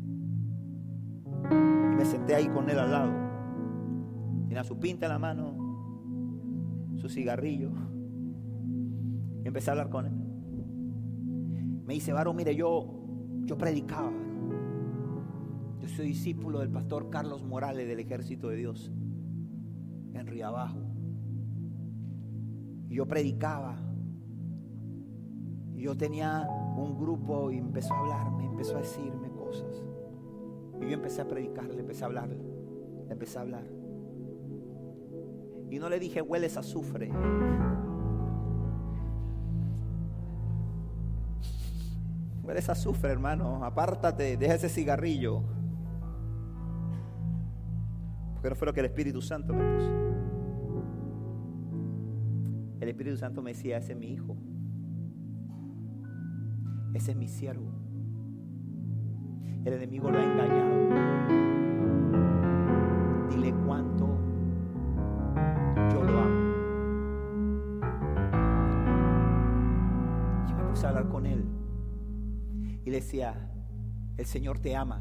Y me senté ahí con él al lado. Tenía su pinta en la mano, su cigarrillo. Y empecé a hablar con él. Me dice, varón, mire, yo, yo predicaba. Yo soy discípulo del pastor Carlos Morales del Ejército de Dios en Río Abajo. Y yo predicaba. Y yo tenía un grupo y empezó a hablarme, empezó a decirme cosas. Y yo empecé a predicarle, empecé a hablarle, empecé a hablar. Y no le dije, hueles a azufre. Hueles a azufre, hermano. Apártate, deja ese cigarrillo. Porque no fue lo que el Espíritu Santo me puso. El Espíritu Santo me decía, ese es mi hijo. Ese es mi siervo. El enemigo lo ha engañado. Dile cuánto yo lo amo. Yo me puse a hablar con él y le decía, el Señor te ama.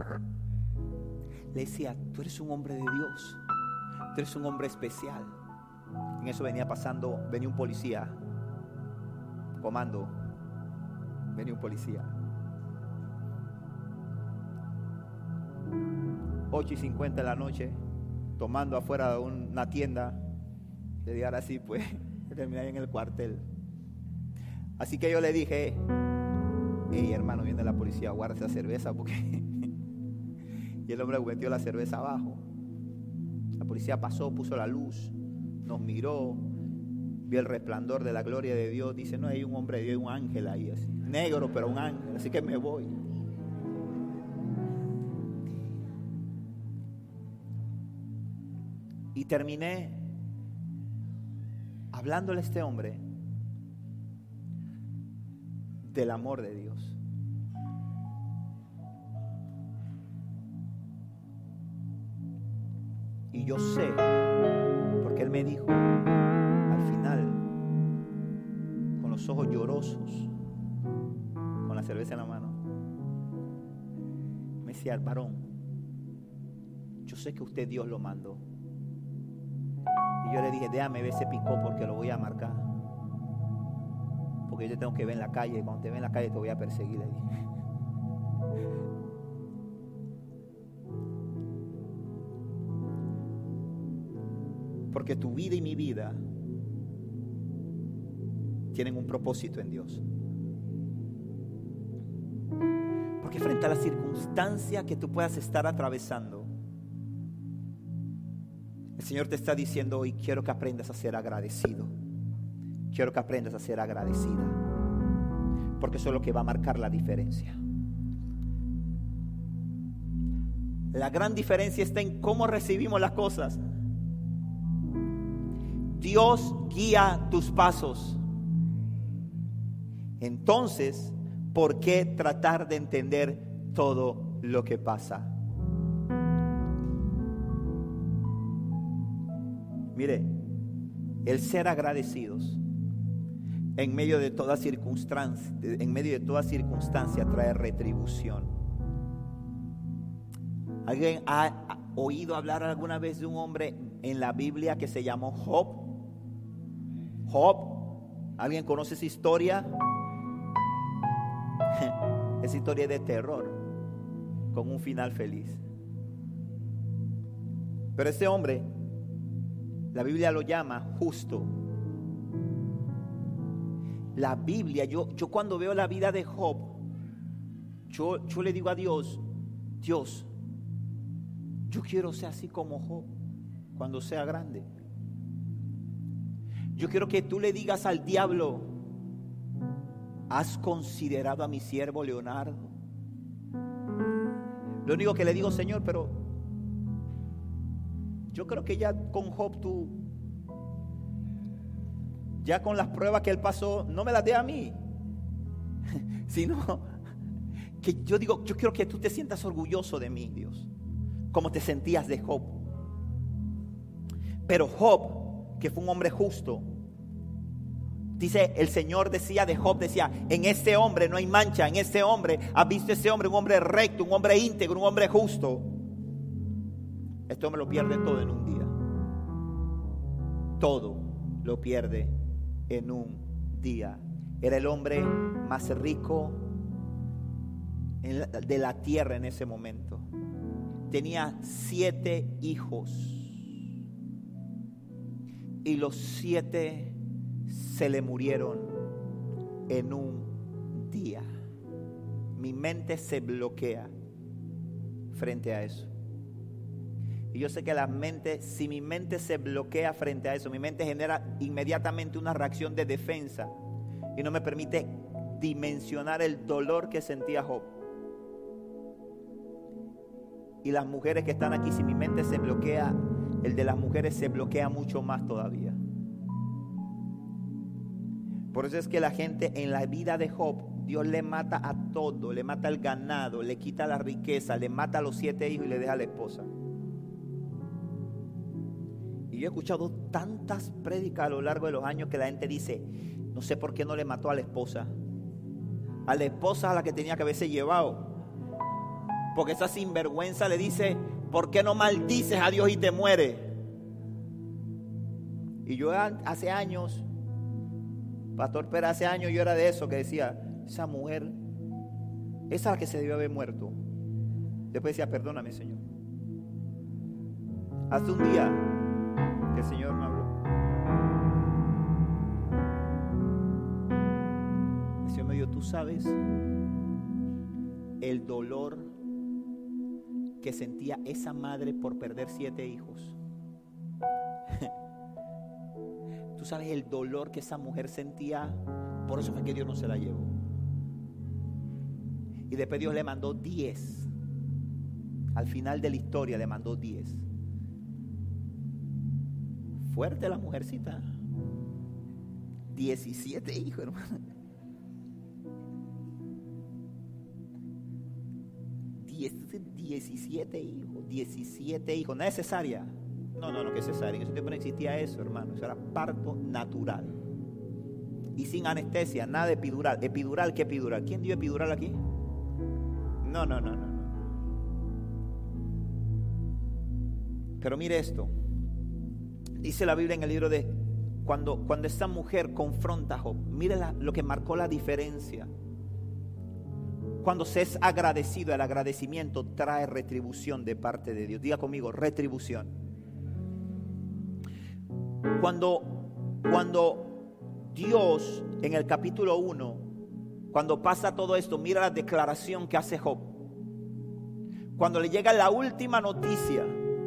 Le decía, tú eres un hombre de Dios, tú eres un hombre especial. En eso venía pasando, venía un policía, comando, venía un policía. ocho y cincuenta de la noche, tomando afuera de una tienda. Le dije, ahora sí, pues, terminé ahí en el cuartel. Así que yo le dije, hey, hermano, viene la policía, guarda esa cerveza porque... Y el hombre metió la cerveza abajo. La policía pasó, puso la luz, nos miró, vio el resplandor de la gloria de Dios. Dice, no, hay un hombre de Dios, un ángel ahí, así, negro, pero un ángel, así que me voy. Y terminé hablándole a este hombre del amor de Dios. Y yo sé, porque Él me dijo, al final, con los ojos llorosos, con la cerveza en la mano, me decía: varón, yo sé que usted Dios lo mandó. Y yo le dije: déjame ver ese picó porque lo voy a marcar. Porque yo te tengo que ver en la calle. Cuando te ve en la calle te voy a perseguir, le dije. Porque tu vida y mi vida tienen un propósito en Dios. Porque frente a la circunstancia que tú puedas estar atravesando, el Señor te está diciendo hoy: quiero que aprendas a ser agradecido. Quiero que aprendas a ser agradecida. Porque eso es lo que va a marcar la diferencia. La gran diferencia está en cómo recibimos las cosas. Dios guía tus pasos. Entonces, ¿por qué tratar de entender todo lo que pasa? Mire, el ser agradecidos en medio de toda circunstancia, en medio de toda circunstancia trae retribución. ¿Alguien ha oído hablar alguna vez de un hombre en la Biblia que se llamó Job? Job, ¿alguien conoce esa historia? Esa historia de terror con un final feliz. Pero este hombre, la Biblia lo llama justo. La Biblia, yo, yo cuando veo la vida de Job, yo, yo le digo a Dios: Dios, yo quiero ser así como Job cuando sea grande. Yo quiero que tú le digas al diablo: ¿has considerado a mi siervo Leonardo? Lo único que le digo: Señor, pero yo creo que ya con Job tú, ya con las pruebas que él pasó, no me las dé a mí, sino que yo digo: yo quiero que tú te sientas orgulloso de mí, Dios, como te sentías de Job. Pero Job, que fue un hombre justo, dice, el Señor decía de Job, decía: en este hombre no hay mancha, en este hombre, has visto ese hombre, un hombre recto, un hombre íntegro, un hombre justo. Este hombre lo pierde todo en un día. Todo lo pierde en un día. Era el hombre más rico de la tierra en ese momento. Tenía siete hijos y los siete se le murieron en un día. Mi mente se bloquea frente a eso. Y yo sé que la mente, si mi mente se bloquea frente a eso, mi mente genera inmediatamente una reacción de defensa y no me permite dimensionar el dolor que sentía Job. Y las mujeres que están aquí, si mi mente se bloquea, el de las mujeres se bloquea mucho más todavía. Por eso es que la gente en la vida de Job, Dios le mata a todo, le mata el ganado, le quita la riqueza, le mata a los siete hijos y le deja a la esposa. Y yo he escuchado tantas prédicas a lo largo de los años que la gente dice: no sé por qué no le mató a la esposa, a la esposa a la que tenía que haberse llevado, porque esa sinvergüenza le dice: ¿por qué no maldices a Dios y te mueres? Y yo hace años, Pastor Pérez, hace años yo era de eso, que decía: esa mujer, esa es la que se debió haber muerto. Después decía: perdóname, Señor. Hace un día que el Señor me habló. El Señor me dijo: tú sabes el dolor que sentía esa madre por perder siete hijos. Tú sabes el dolor que esa mujer sentía. Por eso fue que Dios no se la llevó. Y después Dios le mandó diez. Al final de la historia le mandó diez. Fuerte la mujercita. diecisiete hijos, hermano. diecisiete hijos. diecisiete hijos. Nada cesárea. No, no, no, que cesárea. En ese tiempo no existía eso, hermano. Eso era parto natural. Y sin anestesia, nada de epidural. ¿Epidural? ¿Qué epidural? ¿Quién dio epidural aquí? No, no, no, no, no. Pero mire esto. Dice la Biblia en el libro de cuando, cuando esta mujer confronta a Job. Mire la, lo que marcó la diferencia. Cuando se es agradecido, el agradecimiento trae retribución de parte de Dios. Diga conmigo, retribución. Cuando, cuando Dios en el capítulo uno, cuando pasa todo esto, mira la declaración que hace Job. Cuando le llega la última noticia,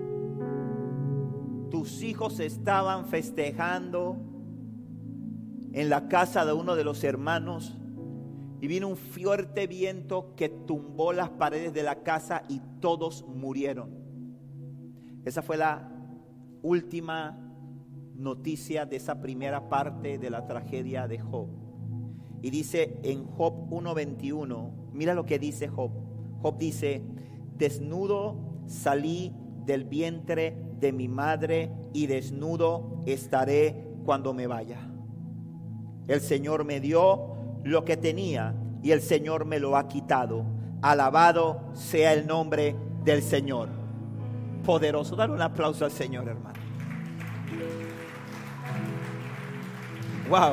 tus hijos estaban festejando en la casa de uno de los hermanos y vino un fuerte viento que tumbó las paredes de la casa y todos murieron. Esa fue la última noticia de esa primera parte de la tragedia de Job. Y dice en Job uno veintiuno, mira lo que dice Job. Job dice: desnudo salí del vientre de mi madre y desnudo estaré cuando me vaya. El Señor me dio lo que tenía y el Señor me lo ha quitado. Alabado sea el nombre del Señor. Poderoso. Dale un aplauso al Señor, hermano. Wow.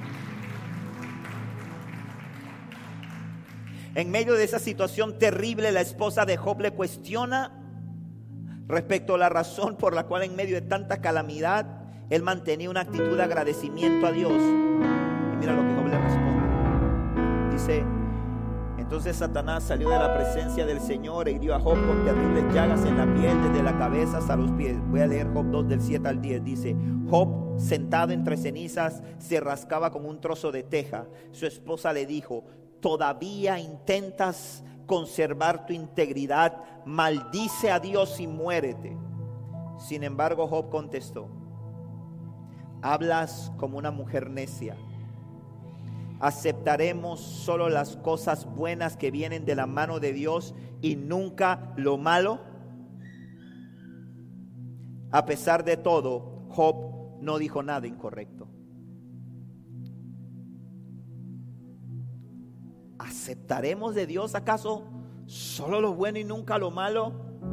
En medio de esa situación terrible, la esposa de Job le cuestiona respecto a la razón por la cual en medio de tanta calamidad él mantenía una actitud de agradecimiento a Dios. Y mira lo que Job le responde. Dice: entonces Satanás salió de la presencia del Señor e hirió a Job con terribles llagas en la piel, desde la cabeza hasta los pies. Voy a leer Job dos del siete al diez. Dice: Job, sentado entre cenizas, se rascaba con un trozo de teja. Su esposa le dijo: ¿todavía intentas conservar tu integridad? Maldice a Dios y muérete. Sin embargo, Job contestó: hablas como una mujer necia. ¿Aceptaremos solo las cosas buenas que vienen de la mano de Dios y nunca lo malo? A pesar de todo, Job no dijo nada incorrecto. ¿Aceptaremos de Dios acaso solo lo bueno y nunca lo malo?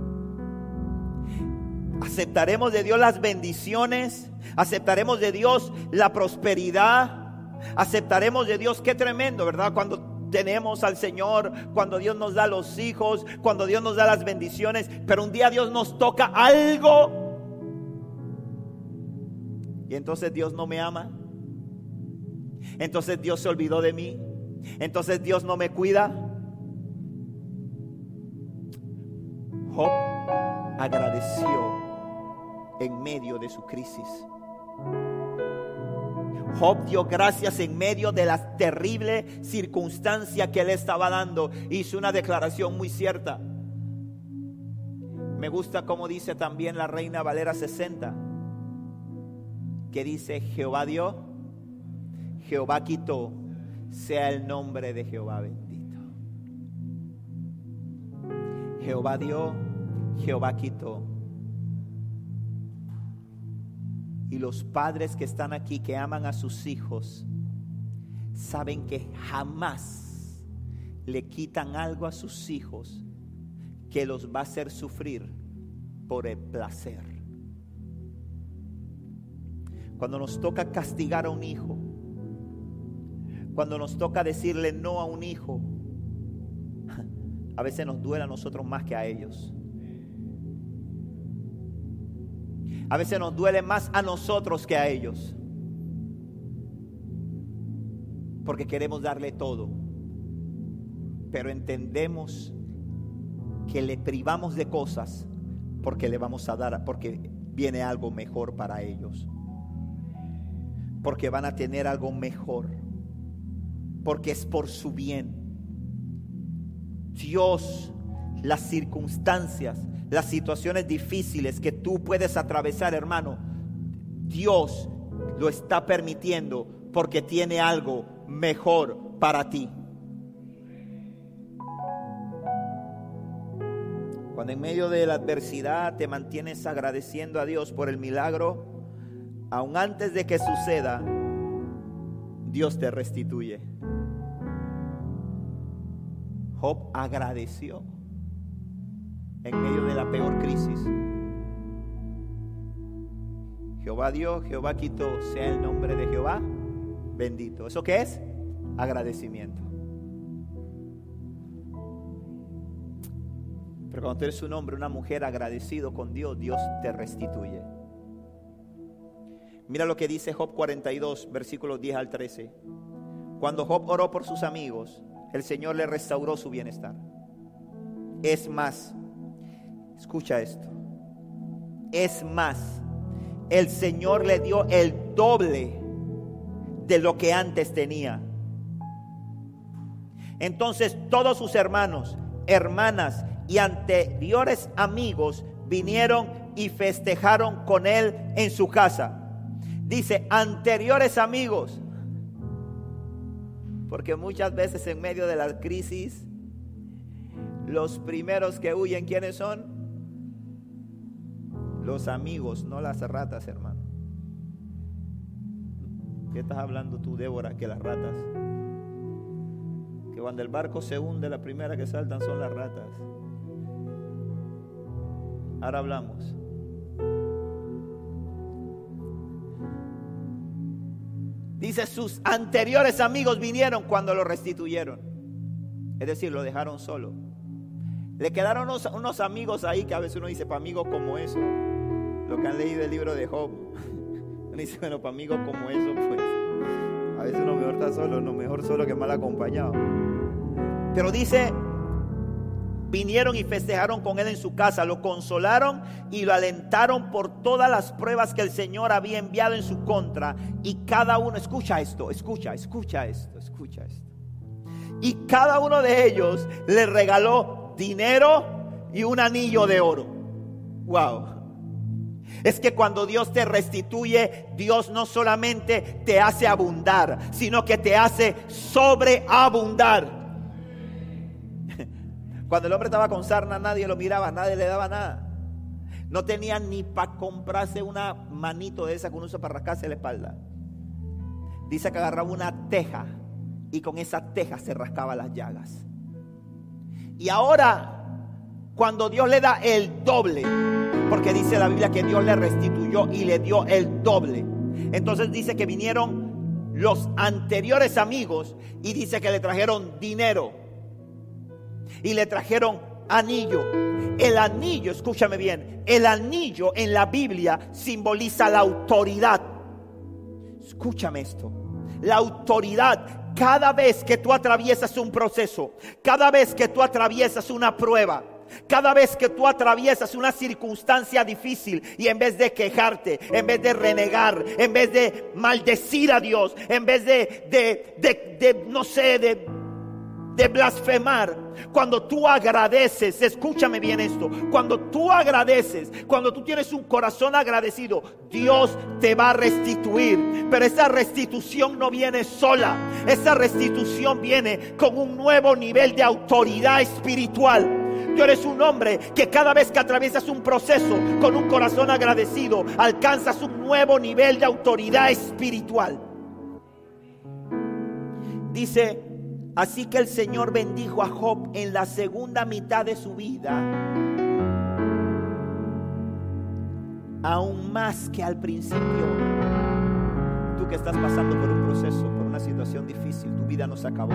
¿Aceptaremos de Dios las bendiciones? ¿Aceptaremos de Dios la prosperidad? ¿Aceptaremos de Dios? Qué tremendo, ¿verdad? Cuando tenemos al Señor, cuando Dios nos da los hijos, cuando Dios nos da las bendiciones, pero un día Dios nos toca algo y entonces Dios no me ama, entonces Dios se olvidó de mí, entonces Dios no me cuida. Job agradeció en medio de su crisis. Job dio gracias en medio de la terrible circunstancia que él estaba dando. Hizo una declaración muy cierta. Me gusta como dice también la Reina Valera sesenta, que dice: Jehová dio, Jehová quitó, sea el nombre de Jehová bendito. Jehová dio, Jehová quitó. Y los padres que están aquí, que aman a sus hijos, saben que jamás le quitan algo a sus hijos que los va a hacer sufrir por el placer. Cuando nos toca castigar a un hijo, cuando nos toca decirle no a un hijo, a veces nos duele a nosotros más que a ellos. A veces nos duele más a nosotros que a ellos, porque queremos darle todo, pero entendemos que le privamos de cosas porque le vamos a dar, porque viene algo mejor para ellos, porque van a tener algo mejor, porque es por su bien. Dios, las circunstancias, las situaciones difíciles que tú puedes atravesar, hermano, Dios lo está permitiendo porque tiene algo mejor para ti. Cuando en medio de la adversidad te mantienes agradeciendo a Dios por el milagro, aun antes de que suceda, Dios te restituye. Job agradeció en medio de la peor crisis. Jehová dio, Jehová quitó, sea el nombre de Jehová bendito. ¿Eso qué es? Agradecimiento. Pero cuando tú eres un hombre, una mujer agradecido con Dios, Dios te restituye. Mira lo que dice Job cuarenta y dos, versículos diez al trece. Cuando Job oró por sus amigos, el Señor le restauró su bienestar. Es más, escucha esto. Es más, el Señor le dio el doble de lo que antes tenía. Entonces todos sus hermanos, hermanas y anteriores amigos vinieron y festejaron con él en su casa. Dice anteriores amigos, porque muchas veces en medio de la crisis los primeros que huyen, ¿quiénes son? Los amigos, no las ratas, hermano. ¿Qué estás hablando tú, Débora? Que las ratas, que cuando el barco se hunde, la primera que saltan son las ratas. Ahora hablamos. Dice, sus anteriores amigos vinieron cuando lo restituyeron. Es decir, lo dejaron solo. Le quedaron unos, unos amigos ahí que a veces uno dice, para amigos como eso, lo que han leído el libro de Job, uno dice, bueno, para amigos como eso, pues a veces uno mejor está solo, no mejor solo que mal acompañado. Pero dice, vinieron y festejaron con él en su casa, lo consolaron y lo alentaron por todas las pruebas que el Señor había enviado en su contra. Y cada uno, escucha esto, escucha, escucha esto, escucha esto. Y cada uno de ellos le regaló dinero y un anillo de oro. Wow. Es que cuando Dios te restituye, Dios no solamente te hace abundar, sino que te hace sobreabundar. Cuando el hombre estaba con sarna, nadie lo miraba, nadie le daba nada. No tenía ni para comprarse una manito de esa que uno usa para rascarse la espalda. Dice que agarraba una teja y con esa teja se rascaba las llagas. Y ahora, cuando Dios le da el doble, porque dice la Biblia que Dios le restituyó y le dio el doble. Entonces dice que vinieron los anteriores amigos y dice que le trajeron dinero. Y le trajeron anillo. El anillo, escúchame bien, el anillo en la Biblia simboliza la autoridad. Escúchame esto. La autoridad, cada vez que tú atraviesas un proceso, cada vez que tú atraviesas una prueba, cada vez que tú atraviesas una circunstancia difícil y en vez de quejarte, en vez de renegar, en vez de maldecir a Dios, en vez de, de, de, de no sé, de... de blasfemar, cuando tú agradeces, escúchame bien esto, cuando tú agradeces, cuando tú tienes un corazón agradecido, Dios te va a restituir. Pero esa restitución no viene sola, esa restitución viene con un nuevo nivel de autoridad espiritual. Tú eres un hombre que cada vez que atraviesas un proceso con un corazón agradecido, alcanzas un nuevo nivel de autoridad espiritual. Dice, así que el Señor bendijo a Job en la segunda mitad de su vida, aún más que al principio. Tú que estás pasando por un proceso, por una situación difícil, tu vida no se acabó.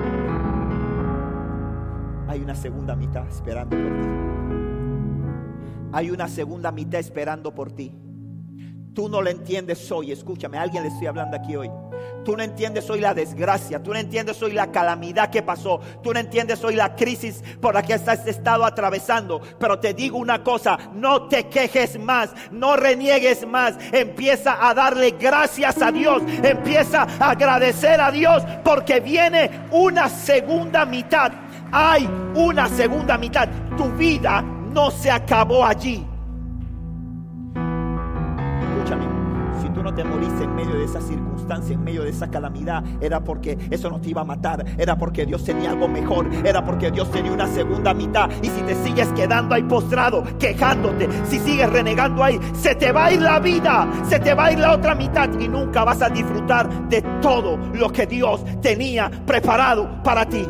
Hay una segunda mitad esperando por ti. Hay una segunda mitad esperando por ti. Tú no lo entiendes hoy, escúchame, a alguien le estoy hablando aquí hoy. Tú no entiendes hoy la desgracia, tú no entiendes hoy la calamidad que pasó, tú no entiendes hoy la crisis por la que has estado atravesando. Pero te digo una cosa, no te quejes más, no reniegues más, empieza a darle gracias a Dios, empieza a agradecer a Dios, porque viene una segunda mitad. Hay una segunda mitad, tu vida no se acabó allí. Escúchame, si si tú no te moriste en medio de esa circunstancia, en medio de esa calamidad, era porque eso no te iba a matar, era porque Dios tenía algo mejor, era porque Dios tenía una segunda mitad. Y si te sigues quedando ahí postrado, quejándote, si sigues renegando ahí, se te va a ir la vida, se te va a ir la otra mitad y nunca vas a disfrutar de todo lo que Dios tenía preparado para ti.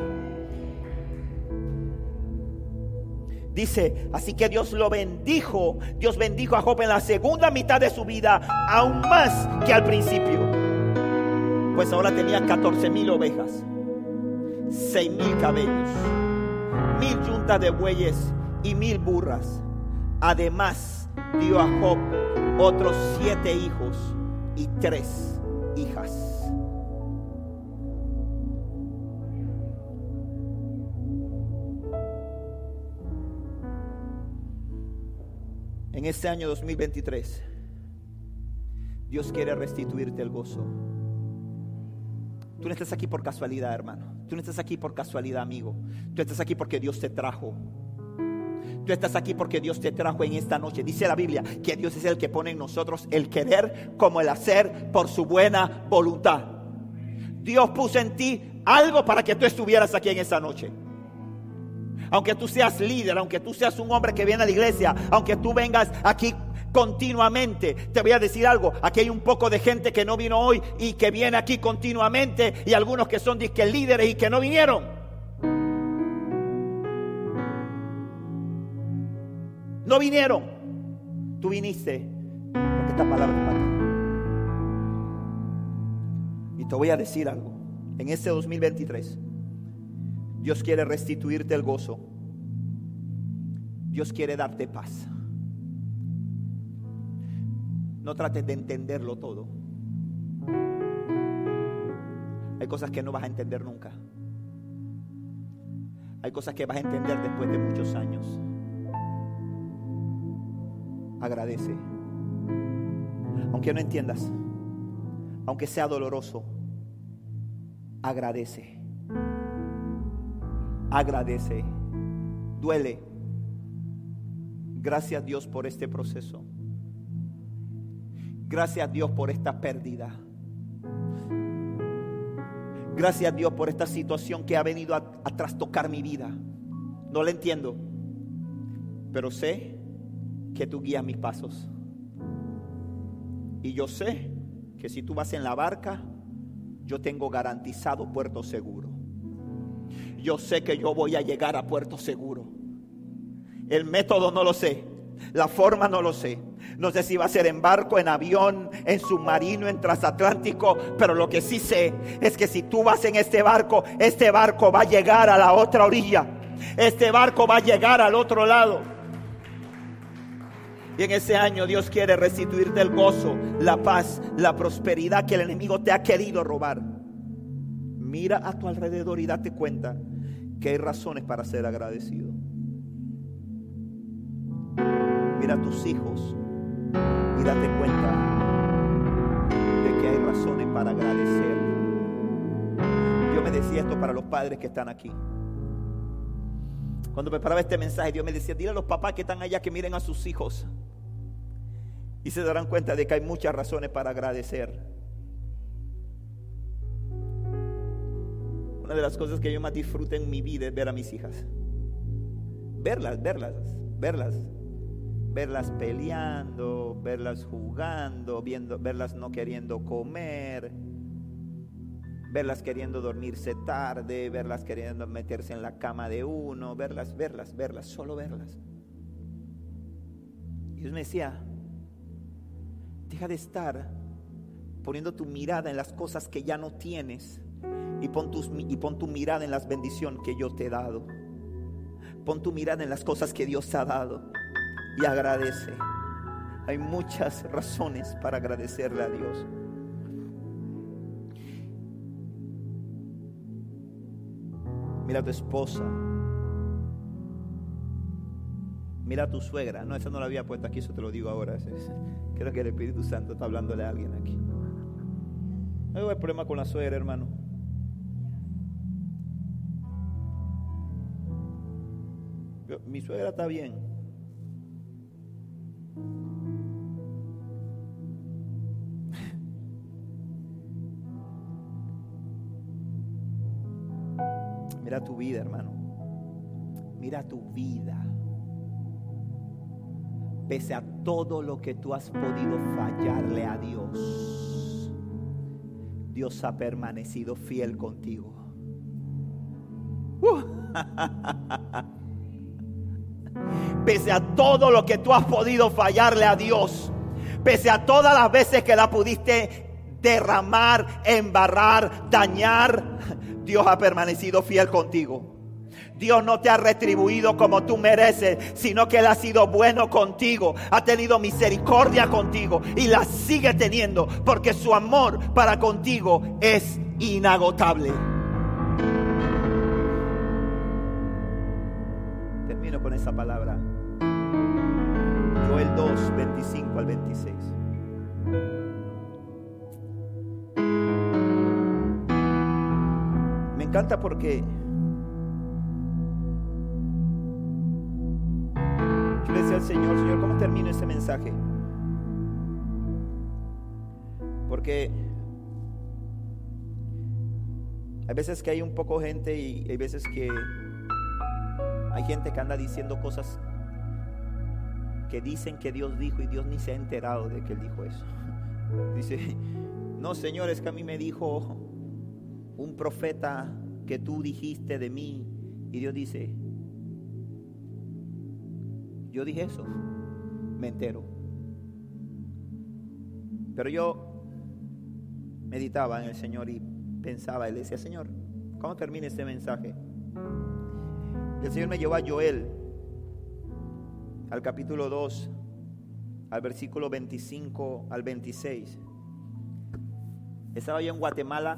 Dice, así que Dios lo bendijo. Dios bendijo a Job en la segunda mitad de su vida, aún más que al principio. Pues ahora tenía catorce mil ovejas, seis mil camellos, mil yuntas de bueyes y mil burras. Además dio a Job otros siete hijos y tres hijas. En este año dos mil veintitrés, Dios quiere restituirte el gozo. Tú no estás aquí por casualidad, hermano. Tú no estás aquí por casualidad, amigo. Tú estás aquí porque Dios te trajo. Tú estás aquí porque Dios te trajo en esta noche. Dice la Biblia que Dios es el que pone en nosotros el querer como el hacer por su buena voluntad. Dios puso en ti algo para que tú estuvieras aquí en esta noche. Aunque tú seas líder, aunque tú seas un hombre que viene a la iglesia, aunque tú vengas aquí continuamente, te voy a decir algo. Aquí hay un poco de gente que no vino hoy y que viene aquí continuamente, y algunos que son disque líderes y que no vinieron. No vinieron. Tú viniste porque esta palabra es para ti. Y te voy a decir algo. En este dos mil veintitrés, Dios quiere restituirte el gozo. Dios quiere darte paz. No trates de entenderlo todo. Hay cosas que no vas a entender nunca. Hay cosas que vas a entender después de muchos años. Agradece. Aunque no entiendas, aunque sea doloroso, agradece. Agradece. Duele. Gracias, Dios, por este proceso. Gracias, Dios, por esta pérdida. Gracias, Dios, por esta situación que ha venido a, a trastocar mi vida. No la entiendo, pero sé que tú guías mis pasos. Y yo sé que si tú vas en la barca, yo tengo garantizado puerto seguro. Yo sé que yo voy a llegar a puerto seguro. El método no lo sé, la forma no lo sé. No sé si va a ser en barco, en avión, en submarino, en transatlántico, pero lo que sí sé es que si tú vas en este barco, este barco va a llegar a la otra orilla. Este barco va a llegar al otro lado. Y en ese año Dios quiere restituirte el gozo, la paz, la prosperidad que el enemigo te ha querido robar. Mira a tu alrededor y date cuenta que hay razones para ser agradecido. Mira a tus hijos y date cuenta de que hay razones para agradecer. Dios me decía esto para los padres que están aquí. Cuando preparaba este mensaje, Dios me decía, dile a los papás que están allá que miren a sus hijos y se darán cuenta de que hay muchas razones para agradecer. Una de las cosas que yo más disfruto en mi vida es ver a mis hijas. Verlas, verlas, verlas. Verlas peleando, verlas jugando, viendo, verlas no queriendo comer, verlas queriendo dormirse tarde, verlas queriendo meterse en la cama de uno, verlas, verlas, verlas, solo verlas. Y Dios me decía, deja de estar poniendo tu mirada en las cosas que ya no tienes y pon, tus, y pon tu mirada en las bendiciones que yo te he dado. Pon tu mirada en las cosas que Dios te ha dado y agradece. Hay muchas razones para agradecerle a Dios. Mira a tu esposa. Mira a tu suegra. No, esa no la había puesto aquí, eso te lo digo ahora. Creo que el Espíritu Santo está hablándole a alguien aquí. No hay problema con la suegra, hermano. Mi suegra está bien. Mira tu vida, hermano. Mira tu vida. Pese a todo lo que tú has podido fallarle a Dios, Dios ha permanecido fiel contigo. Uh. Pese a todo lo que tú has podido fallarle a Dios, pese a todas las veces que la pudiste derramar, embarrar, dañar, Dios ha permanecido fiel contigo. Dios no te ha retribuido como tú mereces, sino que Él ha sido bueno contigo, ha tenido misericordia contigo y la sigue teniendo, porque su amor para contigo es inagotable. Termino con esa palabra. Joel dos, veinticinco al veintiséis. Me encanta porque yo le decía al Señor, Señor, ¿cómo termino ese mensaje? Porque hay veces que hay un poco gente y hay veces que hay gente que anda diciendo cosas que dicen que Dios dijo y Dios ni se ha enterado de que Él dijo eso. Dice, no, Señor, es que a mí me dijo un profeta que tú dijiste de mí. Y Dios dice, yo dije eso, me entero. Pero yo meditaba en el Señor y pensaba, y le decía, Señor, ¿cómo termina este mensaje? Y el Señor me llevó a Joel, al capítulo dos, al versículo veinticinco al veintiséis. Estaba yo en Guatemala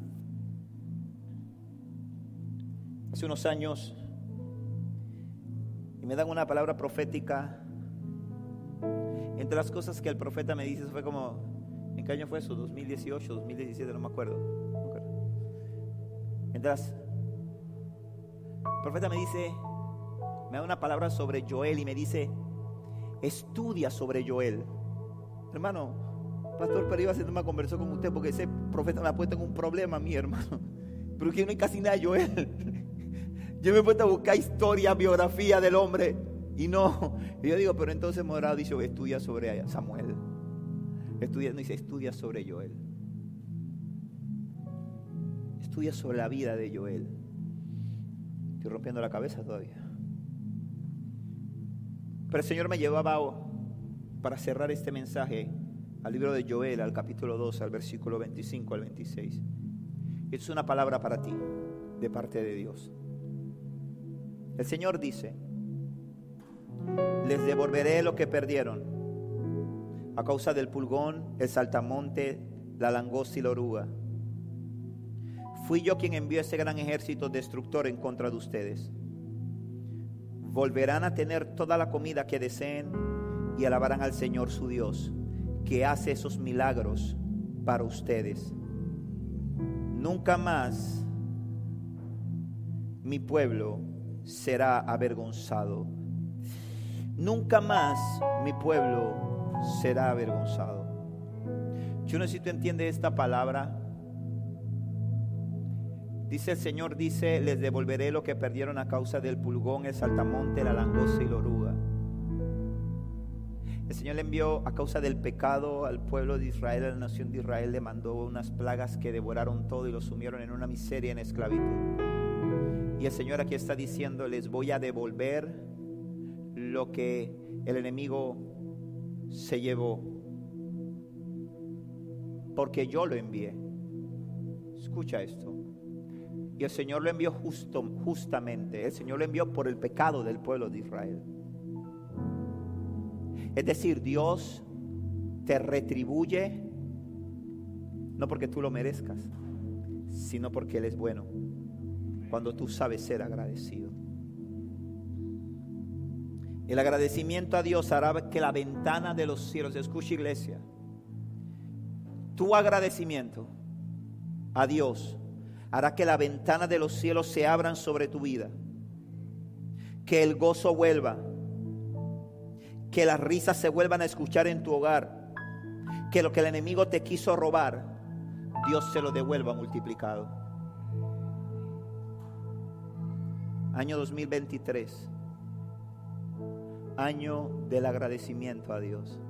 hace unos años y me dan una palabra profética. Entre las cosas que el profeta me dice, fue como, ¿en qué año fue eso? dos mil dieciocho, dos mil diecisiete, no me acuerdo. No me acuerdo. Entre las, el profeta me dice, me da una palabra sobre Joel y me dice, estudia sobre Joel. Hermano, pastor, pero iba a hacer una conversación con usted porque ese profeta me ha puesto en un problema a mí, hermano. Pero que no hay casi nada de Joel. Yo me he puesto a buscar historia, biografía del hombre y no. Y yo digo, pero entonces me habrá dicho, estudia sobre Samuel. Estudia, no dice, estudia sobre Joel. Estudia sobre la vida de Joel. Estoy rompiendo la cabeza todavía. Pero el Señor me llevaba para cerrar este mensaje al libro de Joel, al capítulo dos, al versículo veinticinco al veintiséis. Es una palabra para ti, de parte de Dios. El Señor dice, les devolveré lo que perdieron a causa del pulgón, el saltamonte, la langosta y la oruga. Fui yo quien envió ese gran ejército destructor en contra de ustedes. Volverán a tener toda la comida que deseen y alabarán al Señor su Dios, que hace esos milagros para ustedes. Nunca más mi pueblo será avergonzado. Nunca más mi pueblo será avergonzado. Yo no sé si tú entiendes esta palabra. Dice el Señor, dice, les devolveré lo que perdieron a causa del pulgón, el saltamonte, la langosta y la oruga. El Señor le envió a causa del pecado al pueblo de Israel, a la nación de Israel, le mandó unas plagas que devoraron todo y lo sumieron en una miseria, en esclavitud. Y el Señor aquí está diciendo, les voy a devolver lo que el enemigo se llevó, porque yo lo envié. Escucha esto. Y el Señor lo envió justo, justamente. El Señor lo envió por el pecado del pueblo de Israel. Es decir, Dios te retribuye no porque tú lo merezcas, sino porque Él es bueno, cuando tú sabes ser agradecido. El agradecimiento a Dios hará que la ventana de los cielos, escucha iglesia, tu agradecimiento a Dios hará que la ventana de los cielos se abran sobre tu vida, que el gozo vuelva, que las risas se vuelvan a escuchar en tu hogar, que lo que el enemigo te quiso robar, Dios se lo devuelva multiplicado. Año dos mil veintitrés. Año del agradecimiento a Dios.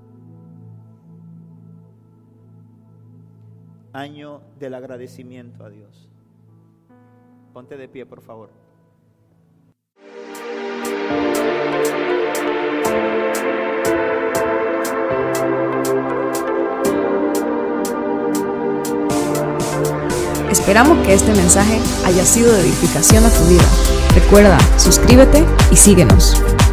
Año del agradecimiento a Dios. Ponte de pie, por favor. Esperamos que este mensaje haya sido de edificación a tu vida. Recuerda, suscríbete y síguenos.